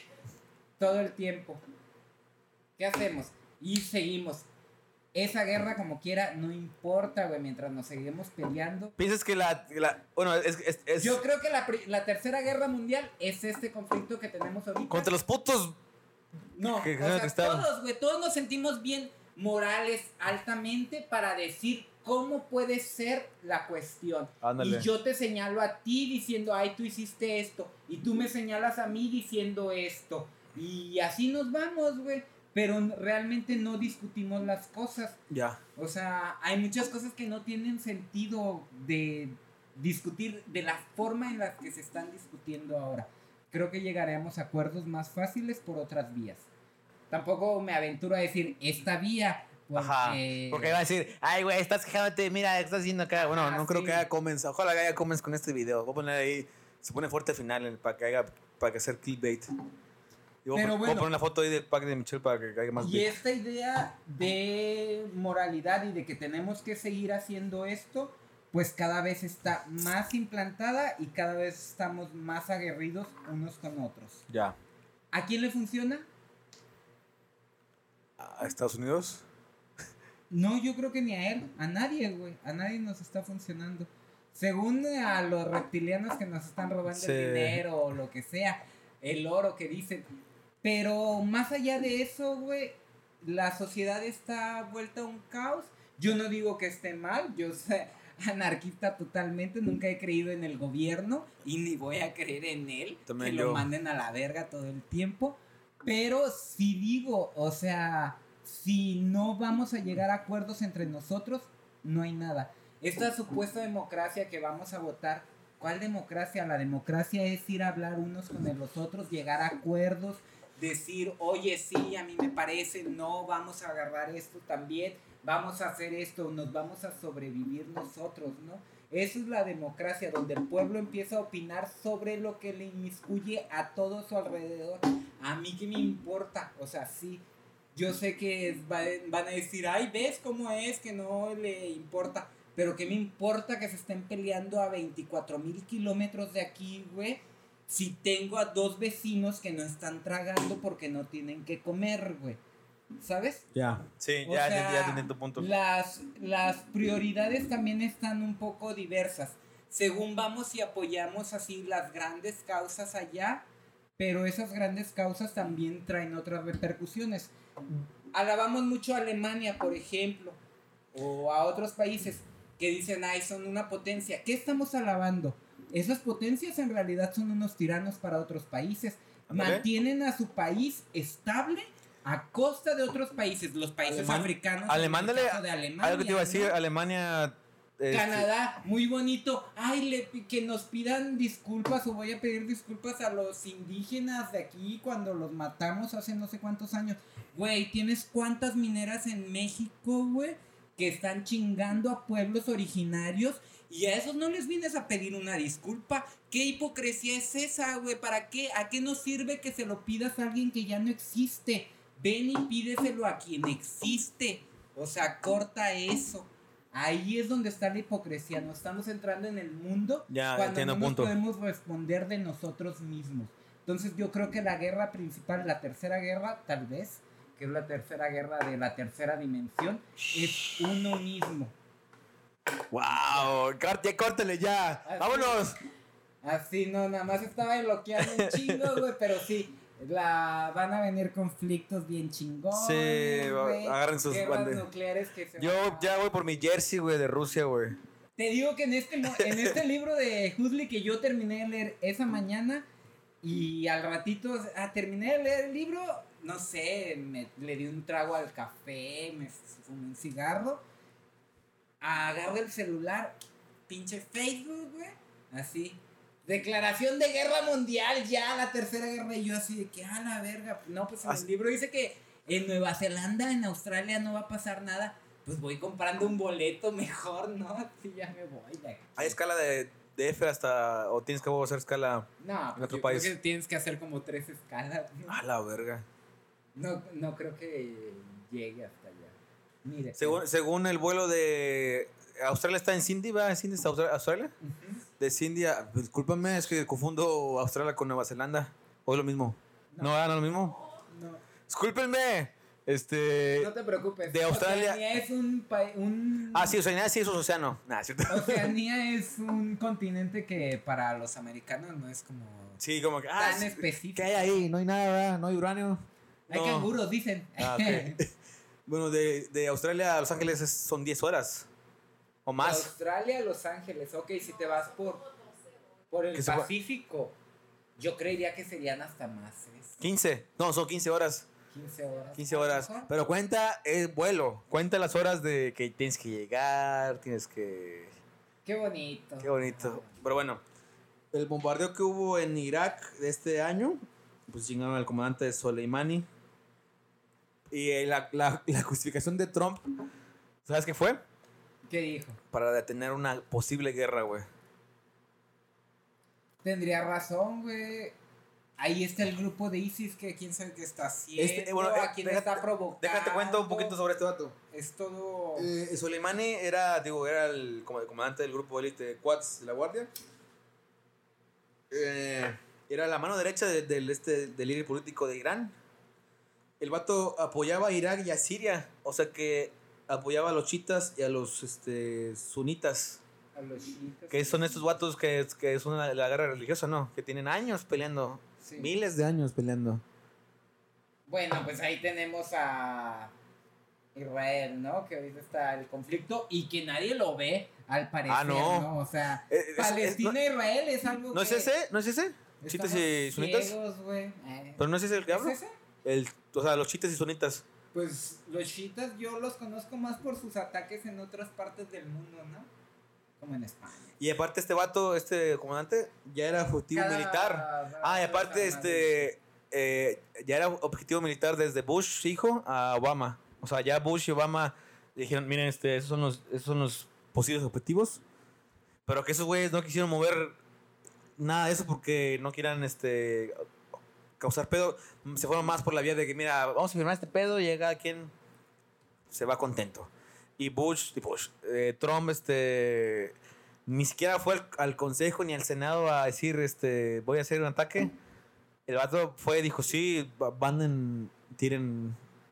Todo el tiempo. ¿Qué hacemos? Y seguimos. Esa guerra, como quiera, no importa, güey, mientras nos seguimos peleando. ¿Piensas que la... la bueno, es, es, es... Yo creo que la, la tercera guerra mundial es este conflicto que tenemos ahorita. Contra los putos... No, que, o sea, todos, güey, todos nos sentimos bien morales altamente para decir cómo puede ser la cuestión. Ándale. Y yo te señalo a ti diciendo, ay, tú hiciste esto. Y tú me señalas a mí diciendo esto. Y así nos vamos, güey. Pero realmente no discutimos las cosas. Ya. O sea, hay muchas cosas que no tienen sentido de discutir de la forma en la que se están discutiendo ahora. Creo que llegaremos a acuerdos más fáciles por otras vías. Tampoco me aventuro a decir esta vía. Porque... Ajá. Porque va a decir, ay, güey, estás quejándote, mira, estás haciendo acá. Bueno, ah, no sí. creo que haya comments. Ojalá que haya comments con este video. Voy a poner ahí, se pone fuerte al final para que haya, para que sea clickbait. Y voy, Pero bueno, voy a poner una foto ahí del pack de Michelle para que caiga más. Y big. Esta idea de moralidad y de que tenemos que seguir haciendo esto, pues cada vez está más implantada y cada vez estamos más aguerridos unos con otros. Ya. ¿A quién le funciona? ¿A Estados Unidos? No, yo creo que ni a él, a nadie, güey. A nadie nos está funcionando. Según a los reptilianos que nos están robando sí. el dinero o lo que sea, el oro que dicen. Pero más allá de eso, güey, la sociedad está vuelta a un caos. Yo no digo que esté mal, yo soy anarquista totalmente, nunca he creído en el gobierno y ni voy a creer en él, También que yo. lo manden a la verga todo el tiempo. Pero sí digo, o sea, si no vamos a llegar a acuerdos entre nosotros, no hay nada. Esta supuesta democracia que vamos a votar, ¿cuál democracia? La democracia es ir a hablar unos con los otros, llegar a acuerdos, decir, oye, sí, a mí me parece, no, vamos a agarrar esto también, vamos a hacer esto, nos vamos a sobrevivir nosotros, ¿no? Eso es la democracia, donde el pueblo empieza a opinar sobre lo que le inmiscuye a todo su alrededor. A mí qué me importa, o sea, sí, yo sé que van a decir, ay, ¿ves cómo es que no le importa? Pero qué me importa que se estén peleando a veinticuatro mil kilómetros de aquí, güey. Si tengo a dos vecinos que no están tragando porque no tienen que comer, güey. ¿sabes? Ya. Sí, O ya, sea, ya, ya tiene tu punto. Las, las prioridades también están un poco diversas. Según vamos y apoyamos así las grandes causas allá, pero esas grandes causas también traen otras repercusiones. Alabamos mucho a Alemania, por ejemplo, o a otros países que dicen, ay, son una potencia. ¿Qué estamos alabando? Esas potencias en realidad son unos tiranos para otros países. Ándale. Mantienen a su país estable a costa de otros países, los países Alemán- africanos. Alemania, en el caso de Alemania, algo que te iba a decir, ¿no? Alemania... este, Canadá, muy bonito. Ay, le, que nos pidan disculpas o voy a pedir disculpas a los indígenas de aquí cuando los matamos hace no sé cuántos años. Güey, ¿tienes cuántas mineras en México, güey? Que están chingando a pueblos originarios y a esos no les vienes a pedir una disculpa. ¿Qué hipocresía es esa, güey? ¿Para qué? ¿A qué nos sirve que se lo pidas a alguien que ya no existe? Ven y pídeselo a quien existe. O sea, corta eso. Ahí es donde está la hipocresía. Nos estamos entrando en el mundo Ya, cuando entiendo no nos punto. podemos responder de nosotros mismos. Entonces yo creo que la guerra principal, la tercera guerra, tal vez, que es la tercera guerra de la tercera dimensión, es uno mismo. ¡Wow! ¡Corte, córtale ya! Así. ¡Vámonos! Así, no, nada más estaba bloqueando un chingo, güey, pero sí, la, van a venir conflictos bien chingones. Sí, va- güey, agarren sus guerras bande- nucleares que se Yo van a- ya voy por mi jersey, güey, de Rusia, güey. Te digo que en este, mo- en este libro de Huxley que yo terminé de leer esa mañana y al ratito ah, terminé de leer el libro, no sé, me, le di un trago al café, me fumé un cigarro, agarro el celular, pinche Facebook, güey, así. Declaración de guerra mundial, ya la tercera guerra, y yo así de que, a la verga. No, pues en Así- el libro dice que en Nueva Zelanda, en Australia no va a pasar nada. Pues voy comprando un boleto mejor, ¿no? Así ya me voy de aquí. ¿Hay escala de, de F hasta... o tienes que hacer escala No, en pues otro yo país? creo que tienes que hacer como tres escalas, ¿no? A la verga. No, no creo que llegue hasta allá. Mire. Según, según el vuelo de... Australia está en Sydney, ¿va? ¿En Sydney está Austra- Australia? Ujú. De Sydney a... Discúlpame, es que confundo Australia con Nueva Zelanda. ¿O es lo mismo? No. ¿No, ¿no es lo mismo? No, Discúlpenme. Este... no te preocupes. de Australia- Oceanía es un país. Un... Ah, sí, Oceanía sí, eso es océano. Nah, ¿cierto? Oceanía es un continente que para los americanos no es como Sí, como que... Ah, tan sí, específico. ¿qué hay ahí? No hay nada, ¿verdad? No hay uranio. Hay No. canguros, dicen. Ah, ok. Bueno, de, de Australia a Los Ángeles es- son diez horas. O De más. Australia a Los Ángeles. Ok, si te vas por, por el Que se va- Pacífico, yo creería que serían hasta más. ¿eh? quince. No, son quince horas. quince horas. quince horas. Pero cuenta el vuelo. Cuenta las horas de que tienes que llegar, tienes que... Qué bonito. Qué bonito. Pero bueno, el bombardeo que hubo en Irak de este año, pues llegaron al comandante Soleimani. Y eh, la, la, la justificación de Trump, ¿sabes qué fue? ¿Qué dijo? Para detener una posible guerra, güey. Tendría razón, güey. Ahí está el grupo de ISIS que quién sabe qué está haciendo, Este, eh, bueno, eh, a quién déjate- está provocando. Déjate cuento un poquito sobre este vato. Es todo... Eh, Soleimani era, digo, era el como el comandante del grupo de élite de Quds de la Guardia. Eh, era la mano derecha de- del, este, del líder político de Irán. El vato apoyaba a Irak y a Siria. O sea que apoyaba a los chiitas y a los este, sunitas. a los chiitas. Que son estos vatos que, que son la, la guerra religiosa, ¿no? Que tienen años peleando. Sí. Miles de años peleando. Bueno, pues ahí tenemos a Israel, ¿no? Que ahorita está el conflicto y que nadie lo ve, al parecer, Ah, no. ¿no? O sea, Eh, es- Palestina es- e Israel es algo ¿No que... es ese? ¿No es ese? ¿Chiitas y estamos sunitas? ciegos, güey. Eh, ¿Pero no es ese el que ¿es hablo? ese? El, o sea, los chiitas y sunitas. Pues los chiitas yo los conozco más por sus ataques en otras partes del mundo, ¿no? Como en España. Y aparte este vato, este comandante, ya era objetivo Cada- militar. Ah, y aparte este eh, ya era objetivo militar desde Bush, hijo, a Obama. O sea, ya Bush y Obama le dijeron, miren, este, esos son los, esos son los posibles objetivos. Pero que esos güeyes no quisieron mover nada de eso porque no quieran este causar pedo. Se fueron más por la vía de que, mira, vamos a firmar este pedo y llega quien se va contento. Y Bush, y Bush eh, Trump, este, ni siquiera fue al, al consejo ni al senado a decir, este, voy a hacer un ataque. El vato fue y dijo, sí, va- manden, tiren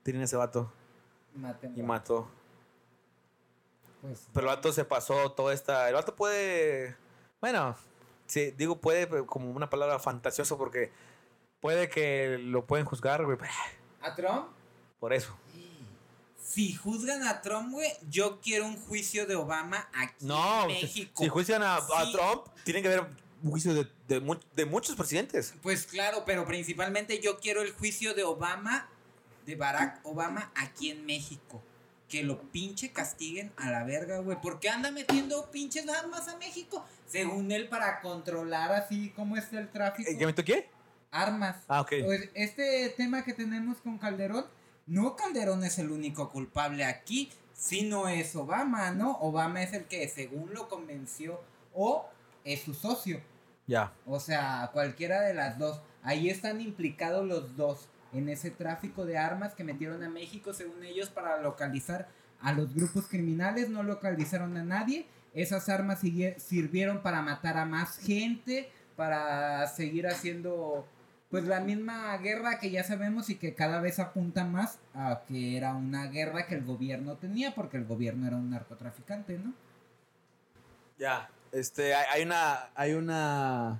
tiene ese vato. Maten Y mató. Pues, Pero el vato se pasó toda esta... El vato puede... Bueno, sí, digo puede pero como una palabra fantasiosa porque puede que lo pueden juzgar, güey. ¿a Trump? Por eso. Si juzgan a Trump, güey, yo quiero un juicio de Obama aquí No, en México. si, si juzgan a, a Sí. Trump, tienen que haber un juicio de, de, mu- de muchos presidentes. Pues claro, pero principalmente yo quiero el juicio de Obama, de Barack Obama aquí en México. Que lo pinche castiguen a la verga, güey. ¿Por qué anda metiendo pinches armas a México? Según él, para controlar así como está el tráfico. ¿Ya me toqué? Armas. Ah, ok. Pues este tema que tenemos con Calderón, no Calderón es el único culpable aquí, sino es Obama, ¿no? Obama es el que según lo convenció o es su socio. Ya. O sea, cualquiera de las dos. Ahí están implicados los dos en ese tráfico de armas que metieron a México, según ellos, para localizar a los grupos criminales. No localizaron a nadie. Esas armas sigue- sirvieron para matar a más gente, para seguir haciendo pues la misma guerra que ya sabemos y que cada vez apunta más a que era una guerra que el gobierno tenía, porque el gobierno era un narcotraficante, ¿no? Ya. Este, hay, hay una... Hay una...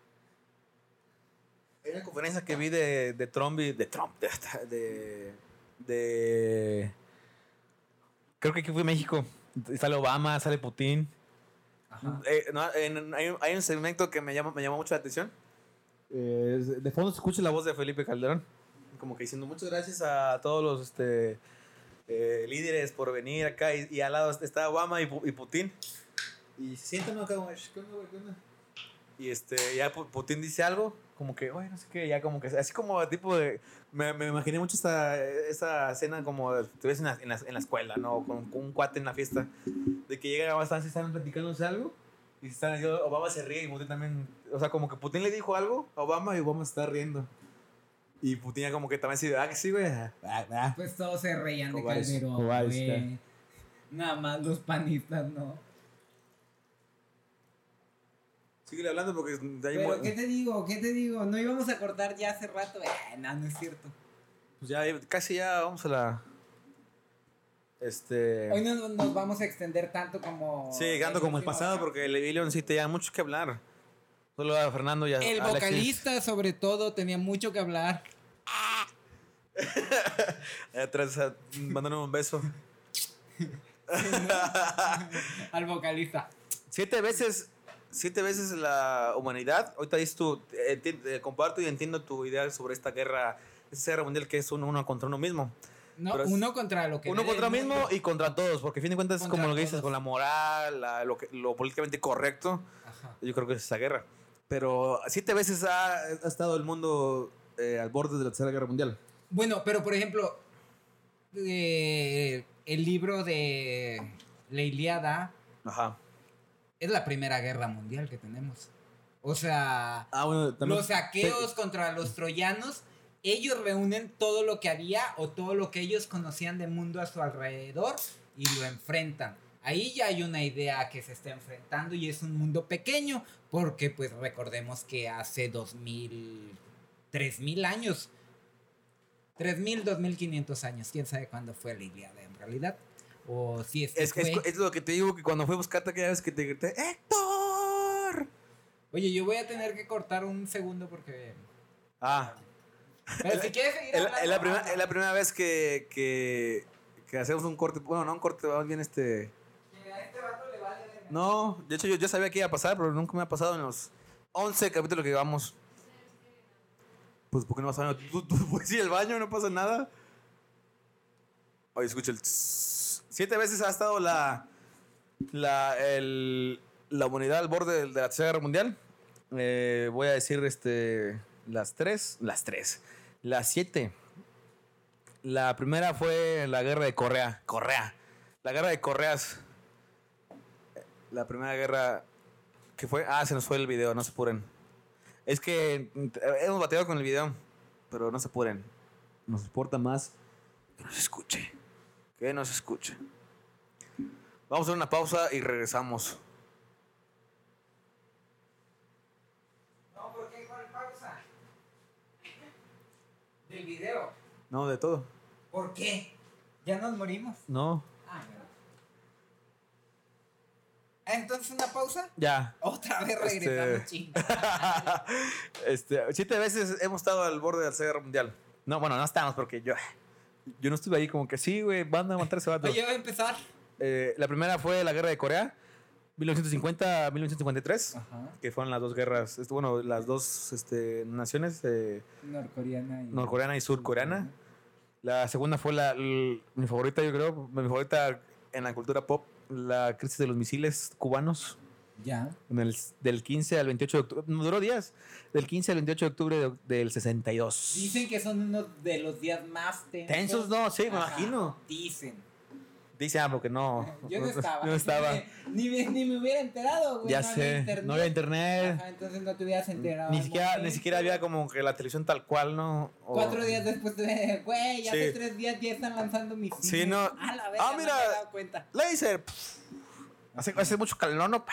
Hay una conferencia que vi de, de Trump y... De Trump. De... De... de- creo que aquí fue México. Sale Obama, sale Putin. Ajá. Eh, no, en- hay, un- hay un segmento que me llama, me llama mucho la atención. Eh, de fondo se escucha la voz de Felipe Calderón. Como que diciendo muchas gracias a todos los este, eh, líderes por venir acá. Y, y al lado está Obama y, Pu- y Putin. Y se sientan acá como, "Sh, ¿qué onda, güey? ¿Qué onda?". Y este, ya Pu- Putin dice algo, como que, oye, no sé qué, ya como que, así como tipo de, me, me imaginé mucho esta, esta escena como te ves en la, en la, en la escuela, ¿no? Con, con un cuate en la fiesta, de que llega bastante, están platicándose algo, y están, y Obama se ríe y Putin también, o sea, como que Putin le dijo algo a Obama y Obama se está riendo. Y Putin ya como que también se dice, ah, que sí, güey. Ah, ah. Pues todos se reían de Cobardes, Calderón, cobardes, güey. Nada más los panistas, no. Síguele hablando porque de ahí Pero, mo- ¿qué te digo? ¿Qué te digo? No íbamos a cortar ya hace rato. Eh, no, no es cierto. pues ya casi ya vamos a la... Este... Hoy no nos vamos a extender tanto como... Sí, llegando como el último pasado, acá. porque el León sí tenía mucho que hablar. Solo a Fernando y a El Alexis. vocalista, sobre todo, tenía mucho que hablar. Ahí atrás, ah, mándale un beso. Al vocalista. Siete veces, siete veces la humanidad. Ahorita dices tú, eh, enti- eh, comparto y entiendo tu idea sobre esta guerra, esta guerra mundial que es uno, uno contra uno mismo. No, Pero es- uno contra lo que... Uno ve contra del uno mismo mundo. y contra todos, porque a fin de cuentas es Contra como lo que dices, todos. con la moral, la- lo, que- lo políticamente correcto. Ajá. Yo creo que es esa guerra. Pero siete veces ha, ha estado el mundo eh, al borde de la Tercera Guerra Mundial. Bueno, pero por ejemplo, eh, el libro de La Ilíada Ajá. es la primera guerra mundial que tenemos. O sea, Ah, bueno, también. los saqueos contra los troyanos, ellos reúnen todo lo que había o todo lo que ellos conocían del mundo a su alrededor y lo enfrentan. Ahí ya hay una idea que se está enfrentando y es un mundo pequeño, porque pues recordemos que hace dos mil, tres mil años, tres mil, dos mil quinientos años, quién sabe cuándo fue la Ilíada en realidad, o si es que Es, es, fue... es lo que te digo, que cuando fui a buscarte aquella vez que te grité, ¡Héctor! Oye, yo voy a tener que cortar un segundo porque... Ah, Pero si quieres seguir es la, hablando, es la primera, habla. es la primera vez que, que, que hacemos un corte. Bueno, no un corte, más bien este. Que a este vato le vale verga. No, de hecho yo, yo sabía que iba a pasar, pero nunca me ha pasado en los once capítulos que llevamos. Pues, ¿por qué no vas a baño? ¿Tú, tú puedes ir al baño? No pasa nada. Oye, escucha el... tss. Siete veces ha estado la, la, el, la humanidad al borde de, de la Tercera Guerra Mundial. Eh, voy a decir este, las tres. Las tres. Las siete. La primera fue la guerra de Corea. Corea. La guerra de Coreas. La primera guerra... ¿Qué fue? Ah, se nos fue el video, no se apuren. Es que hemos bateado con el video, pero no se apuren. Nos importa más que nos escuche. Que nos escuche. Vamos a hacer una pausa y regresamos. No, ¿por qué con pausa? Del video. No, de todo. ¿Por qué? ¿Ya nos morimos? No. Ah, no. Entonces, ¿una pausa? Ya. Otra vez regresamos, este... chingada. este, siete veces hemos estado al borde de la Tercera Guerra Mundial. No, bueno, no estamos porque yo... Yo no estuve ahí como que sí, güey, van a aguantar ese vato. Oye, voy a empezar. Eh, la primera fue la Guerra de Corea, mil novecientos cincuenta a mil novecientos cincuenta y tres. Ajá. Que fueron las dos guerras, este, bueno, las dos este, naciones. Eh, norcoreana y... Norcoreana y surcoreana. La segunda fue la, la, mi favorita, yo creo, mi favorita en la cultura pop, la crisis de los misiles cubanos. Ya. En el, del quince al veintiocho de octubre. No duró días. Del quince al veintiocho de octubre de, del sesenta y dos. Dicen que son uno de los días más tensos. Tensos, no, sí, me Ajá, imagino. Dicen. Dice, ah, porque no. Yo no estaba. Yo no estaba. Ni me, ni me hubiera enterado, güey. Ya no sé. Había no había internet. Ajá, entonces no te hubieras enterado. Ni siquiera, ni siquiera había como que la televisión tal cual, ¿no? O... Cuatro días después de. Güey, sí. Hace tres días ya están lanzando mis. Sí, no. A la vez. Ah, mira. No me he dado cuenta. Laser. Hace, hace mucho calor, ¿no?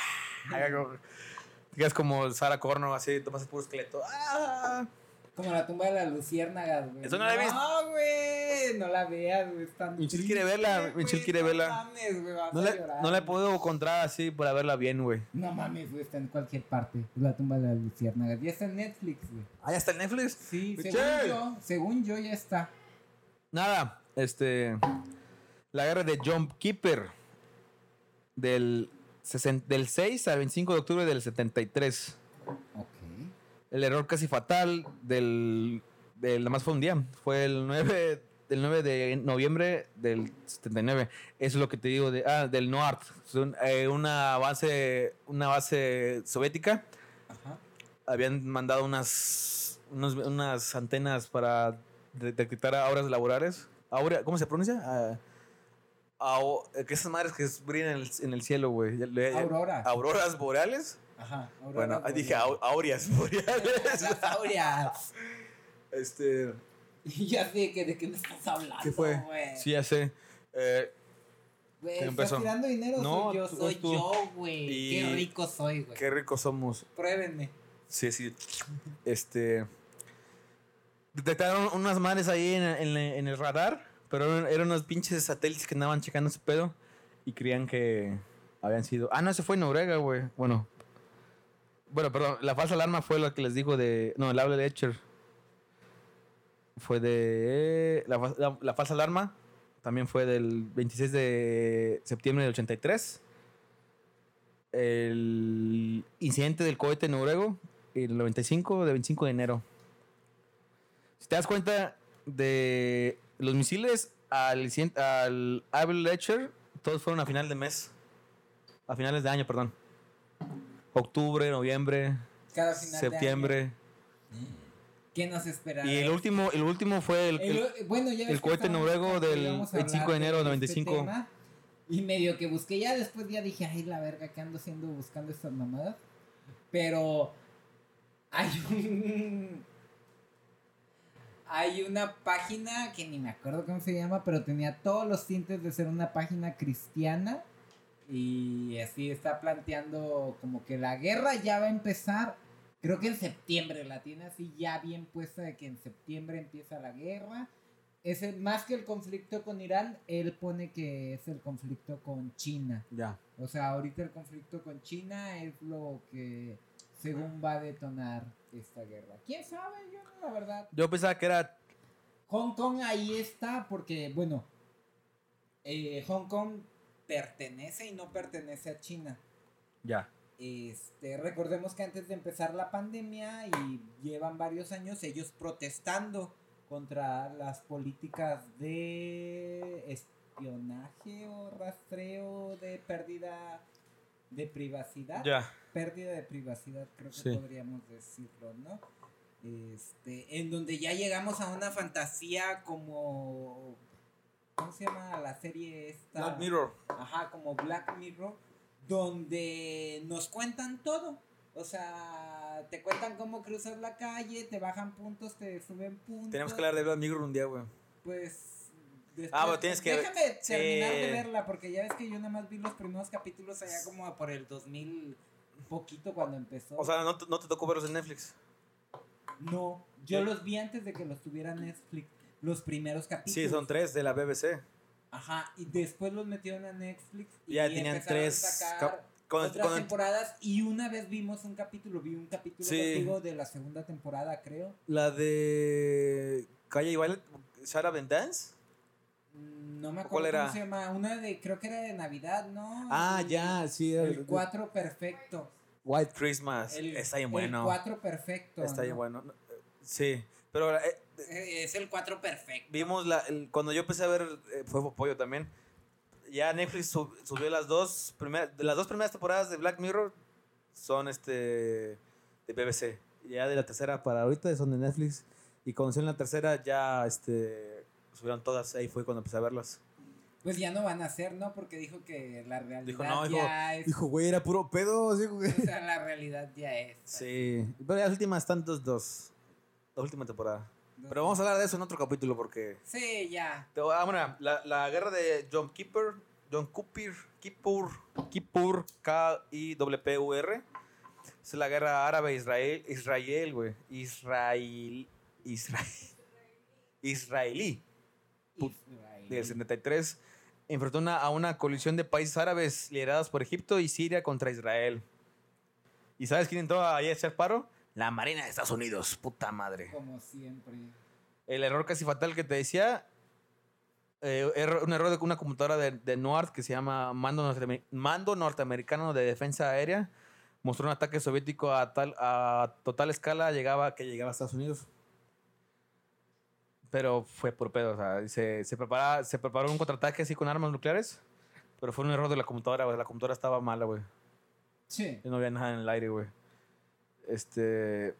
Te quedas como Sarah Connor, así, tomas el puro esqueleto. ¡Ah! Como la tumba de las luciérnagas, güey. Eso no la he visto. No, güey. No la veas, güey. Michelle quiere verla. Michelle quiere verla. No mames, güey. No, le, no la he podido encontrar así para verla bien, güey. No mames, güey. Está en cualquier parte. La tumba de las luciérnagas. Ya está en Netflix, güey. Ah, ya está en Netflix. Sí, según yo. Según yo ya está. Nada. Este. La guerra de Yom Kippur. Del. Del seis al veinticinco de octubre del setenta y tres. Ok. El error casi fatal del, del nada más fue un día. Fue el nueve, el nueve de noviembre del setenta y nueve. Eso es lo que te digo de ah, del NORAD. Eh, una base una base soviética. Ajá. Habían mandado unas unos, unas antenas para detectar auras laborales. Aura, ¿cómo se pronuncia? Uh, Au, que esas madres que brillan en el, en el cielo, güey. Auroras. Auroras boreales. Ajá. Auroras bueno, boreales. dije au, aureas boreales. Las aureas. Este. Ya sé que de qué me estás hablando. ¿Qué fue? Wey. Sí, ya sé. Eh, güey, ¿estás empezó? tirando dinero? No, soy yo, soy tú. yo, güey. Qué rico soy, güey. Qué ricos somos. Pruébenme. Sí, sí. Este. Detectaron unas madres ahí en, en, en el radar. Pero eran unos pinches satélites que andaban checando ese pedo. Y creían que habían sido... Ah, no, ese fue en Noruega, güey. Bueno. Bueno, perdón. La falsa alarma fue lo que les digo de... No, el habla de Etcher. Fue de... La, la, la falsa alarma también fue del veintiséis de septiembre del ochenta y tres. El incidente del cohete noruego. El noventa y cinco de veinticinco de enero. Si te das cuenta de... Los misiles al, al Able Ledger, todos fueron a final de mes. A finales de año, perdón. Octubre, noviembre, cada final septiembre. De año. ¿Qué nos esperaba? Y el último, el último fue el, el, el, bueno, ya el cohete noruego del veinticinco de enero del noventa y cinco. Este tema, y medio que busqué ya después, ya dije, ay, la verga, ¿qué ando haciendo buscando estas mamadas? Pero hay un... Hay una página que ni me acuerdo cómo se llama, pero tenía todos los tintes de ser una página cristiana. Y así está planteando como que la guerra ya va a empezar. Creo que en septiembre la tiene así ya bien puesta de que en septiembre empieza la guerra. Es el, más que el conflicto con Irán, él pone que es el conflicto con China. Ya. O sea, ahorita el conflicto con China es lo que según va a detonar esta guerra. ¿Quién sabe? Yo no, la verdad. Yo pensaba que era... Hong Kong ahí está porque, bueno, eh, Hong Kong pertenece y no pertenece a China. Ya. Este, recordemos que antes de empezar la pandemia y llevan varios años ellos protestando contra las políticas de espionaje o rastreo de pérdida de privacidad. Ya. Pérdida de privacidad, creo que sí. podríamos decirlo, ¿no? Este, en donde ya llegamos a una fantasía como... ¿Cómo se llama la serie esta? Black Mirror. Ajá, como Black Mirror, donde nos cuentan todo. O sea, te cuentan cómo cruzas la calle, te bajan puntos, te suben puntos. Tenemos que hablar de Black Mirror un día, güey. Pues... Después, ah, bueno, tienes que... Déjame terminar sí. de verla, porque ya ves que yo nada más vi los primeros capítulos allá como por el dos mil poquito cuando empezó. O sea, ¿no te, no te tocó verlos en Netflix? No, yo ¿Sí? los vi antes de que los tuviera Netflix. los primeros capítulos. Sí, son tres de la B B C. Ajá, y después los metieron a Netflix. Y ya tenían empezaron tres a sacar cap- con, otras con- temporadas. Y una vez vimos un capítulo, vi un capítulo Sí. contigo de la segunda temporada, creo. La de Calle y Violet, Shut Up and Dance. No me acuerdo ¿Cuál era? cómo se llama. Una de, creo que era de Navidad, ¿no? Ah, El- ya, sí. El cuatro perfecto. White Christmas. El, Está bien El bueno. cuatro perfecto. Está bien ¿no? bueno. Sí, pero eh, Es el cuatro perfecto. vimos la, el- cuando yo empecé a ver, eh, fue Pollo también. Ya Netflix sub- subió las dos primeras, las dos primeras temporadas de Black Mirror son este de B B C. Ya de la tercera para ahorita son de Netflix. Y cuando hicieron la tercera ya este subieron todas. Ahí fue cuando empecé a verlas. Pues ya no van a hacer, ¿no? Porque dijo que la realidad Dijo, no, dijo, ya es. dijo, güey, era puro pedo. Sí, güey. O sea, la realidad ya es. Sí, pero las últimas están dos, dos. La última temporada. Pero vamos a hablar de eso en otro capítulo porque... Sí, ya. Te voy a- Ah, bueno, la, la guerra de John Kippur, John Kippur, Kippur, Kippur, K I P P U R. Es la guerra árabe-israel, Israel, güey. Israel, Israel, israelí. Put- Israel. Del setenta y tres. Enfrentó una- a una coalición de países árabes liderados por Egipto y Siria contra Israel. ¿Y sabes quién entró ahí a echar paro? La Marina de Estados Unidos, puta madre. Como siempre. El error casi fatal que te decía, eh, error- un error de una computadora de, de NORAD que se llama Mando, Norteamer- Mando Norteamericano de Defensa Aérea, mostró un ataque soviético a, tal, a total escala llegaba, que llegaba a Estados Unidos. Pero fue por pedo, o sea, se, se, prepara, se preparó un contraataque así con armas nucleares, pero fue un error de la computadora, güey. La computadora estaba mala, güey. Sí. No había nada en el aire, güey. Este.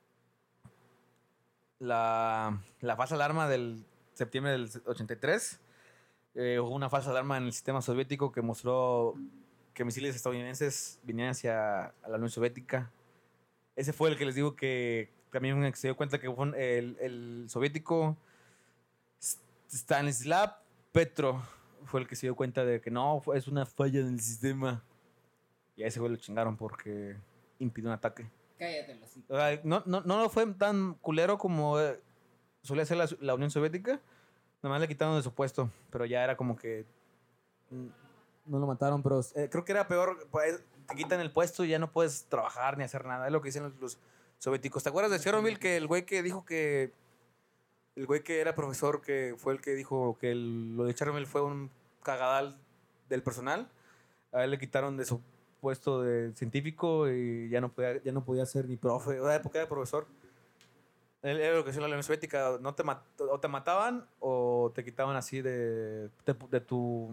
La, la falsa alarma del septiembre del ochenta y tres. Eh, hubo una falsa alarma en el sistema soviético que mostró que misiles estadounidenses venían hacia a la Unión Soviética. Ese fue el que les digo que también se dio cuenta que fue un- el, el soviético S- Stanislav Petro fue el que se dio cuenta de que no, fue- es una falla en el sistema. Y a ese güey lo chingaron porque impidió un ataque. Cállate, los hijos. O sea, no, no, no fue tan culero como eh, solía ser la, la Unión Soviética. Nada más le quitaron de su puesto, pero ya era como que mm, no lo mataron, pero eh, creo que era peor. Pues, te quitan el puesto y ya no puedes trabajar ni hacer nada. Es lo que dicen los, los soviéticos. ¿Te acuerdas de Chernobyl? Que el güey que dijo que el güey que era profesor, que fue el que dijo que el- lo de Chernobyl fue un cagadal del personal. A él le quitaron de su puesto de científico y ya no podía, ya no podía ser ni profe, o sea, porque era profesor. Él era lo que hacía la Unión Soviética, no te mat- o te mataban o te quitaban así de, de, de tu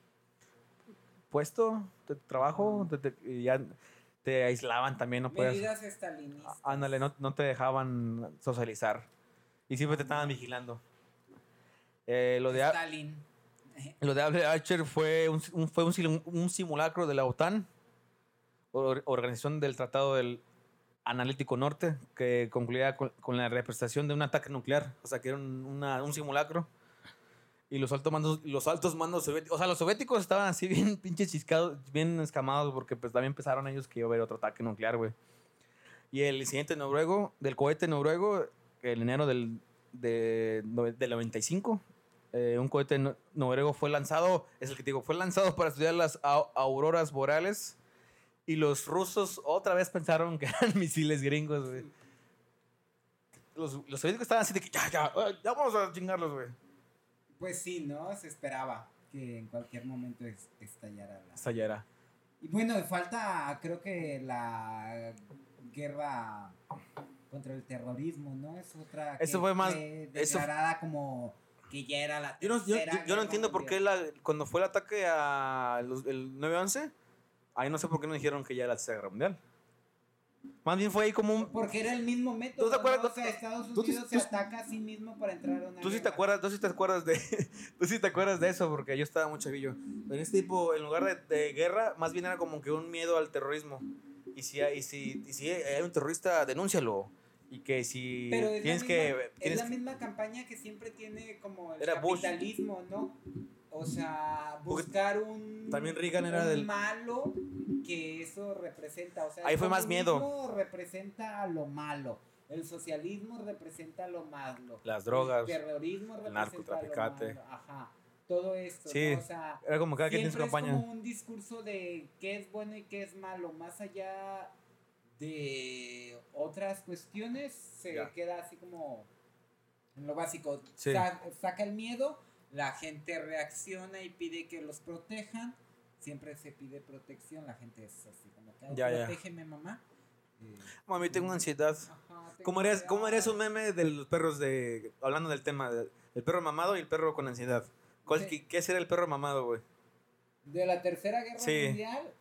puesto, de tu trabajo, de- de- y ya te aislaban también, no podías. Medidas estalinistas. Ándale, no, no te dejaban socializar y siempre te estaban vigilando. Eh, lo de A- Stalin. lo de Able Archer fue un, un- fue un, sim- un simulacro de la OTAN, or- Organización del Tratado del Analítico Norte, que concluía con, con la representación de un ataque nuclear. O sea, que era un, una- un simulacro. Y los altos mandos, los altos mandos soviéticos, o sea, los soviéticos estaban así bien pinches chiscados, bien escamados, porque pues también pensaron ellos que iba a haber otro ataque nuclear, güey. Y el incidente noruego, del cohete noruego, el enero del, de, del noventa y cinco, eh, un cohete no- noruego fue lanzado, es el que te digo, fue lanzado para estudiar las au- auroras boreales. Y los rusos otra vez pensaron que eran misiles gringos, güey. Los, los soviéticos estaban así de que ya, ya, ah, ya vamos a chingarlos, güey. Pues sí, ¿no? Se esperaba que en cualquier momento es- estallara la... Hasta allá era. Y bueno, falta, creo que la guerra contra el terrorismo, ¿no? Es otra que Eso fue más- fue eso- declarada como que ya era la Yo no, yo, tercera yo- yo no guerra entiendo por qué mundial. la, cuando fue el ataque a los- el nueve once, ahí no sé por qué no dijeron que ya era la Tercera Guerra Mundial. Más bien fue ahí como un... Porque era el mismo método, ¿Tú te acuerdas? ¿no? O sea, Estados ¿Tú- tú- Unidos tú- se ataca a sí mismo para entrar a una Tú sí te guerra. acuerdas, tú sí te acuerdas de, tú sí te acuerdas de eso porque yo estaba muy chavillo. En este tipo, en lugar de, de guerra, más bien era como que un miedo al terrorismo. Y si hay, y si, y si hay un terrorista, denúncialo. Y que si Pero es, tienes la, que misma, tienes es la que- misma campaña que siempre tiene como el Era Bush. capitalismo, ¿no? O sea, Porque buscar un, también Reagan era un del- malo que eso representa. O sea, Ahí el fue más miedo. comunismo representa lo malo. El socialismo representa lo malo. Las drogas. El terrorismo el representa narcotraficante. lo malo. Ajá. Todo esto, Sí, ¿no? O sea, era como cada quien tiene su siempre es campaña. como un discurso de qué es bueno y qué es malo. Más allá de otras cuestiones, se Ya. queda así como en lo básico. Sí. Sa- saca el miedo, la gente reacciona y pide que los protejan. Siempre se pide protección, la gente es así como que, "Ay, Ya, ya. protégeme, mamá". Eh, Mami, tengo ansiedad. ajá, tengo ¿Cómo harías, ansiedad. ¿Cómo harías un meme de los perros de... Hablando del tema, de- el perro mamado y el perro con ansiedad? ¿Cuál, Sí. qué, ¿Qué sería el perro mamado, güey? ¿De la Tercera Guerra Sí. Mundial?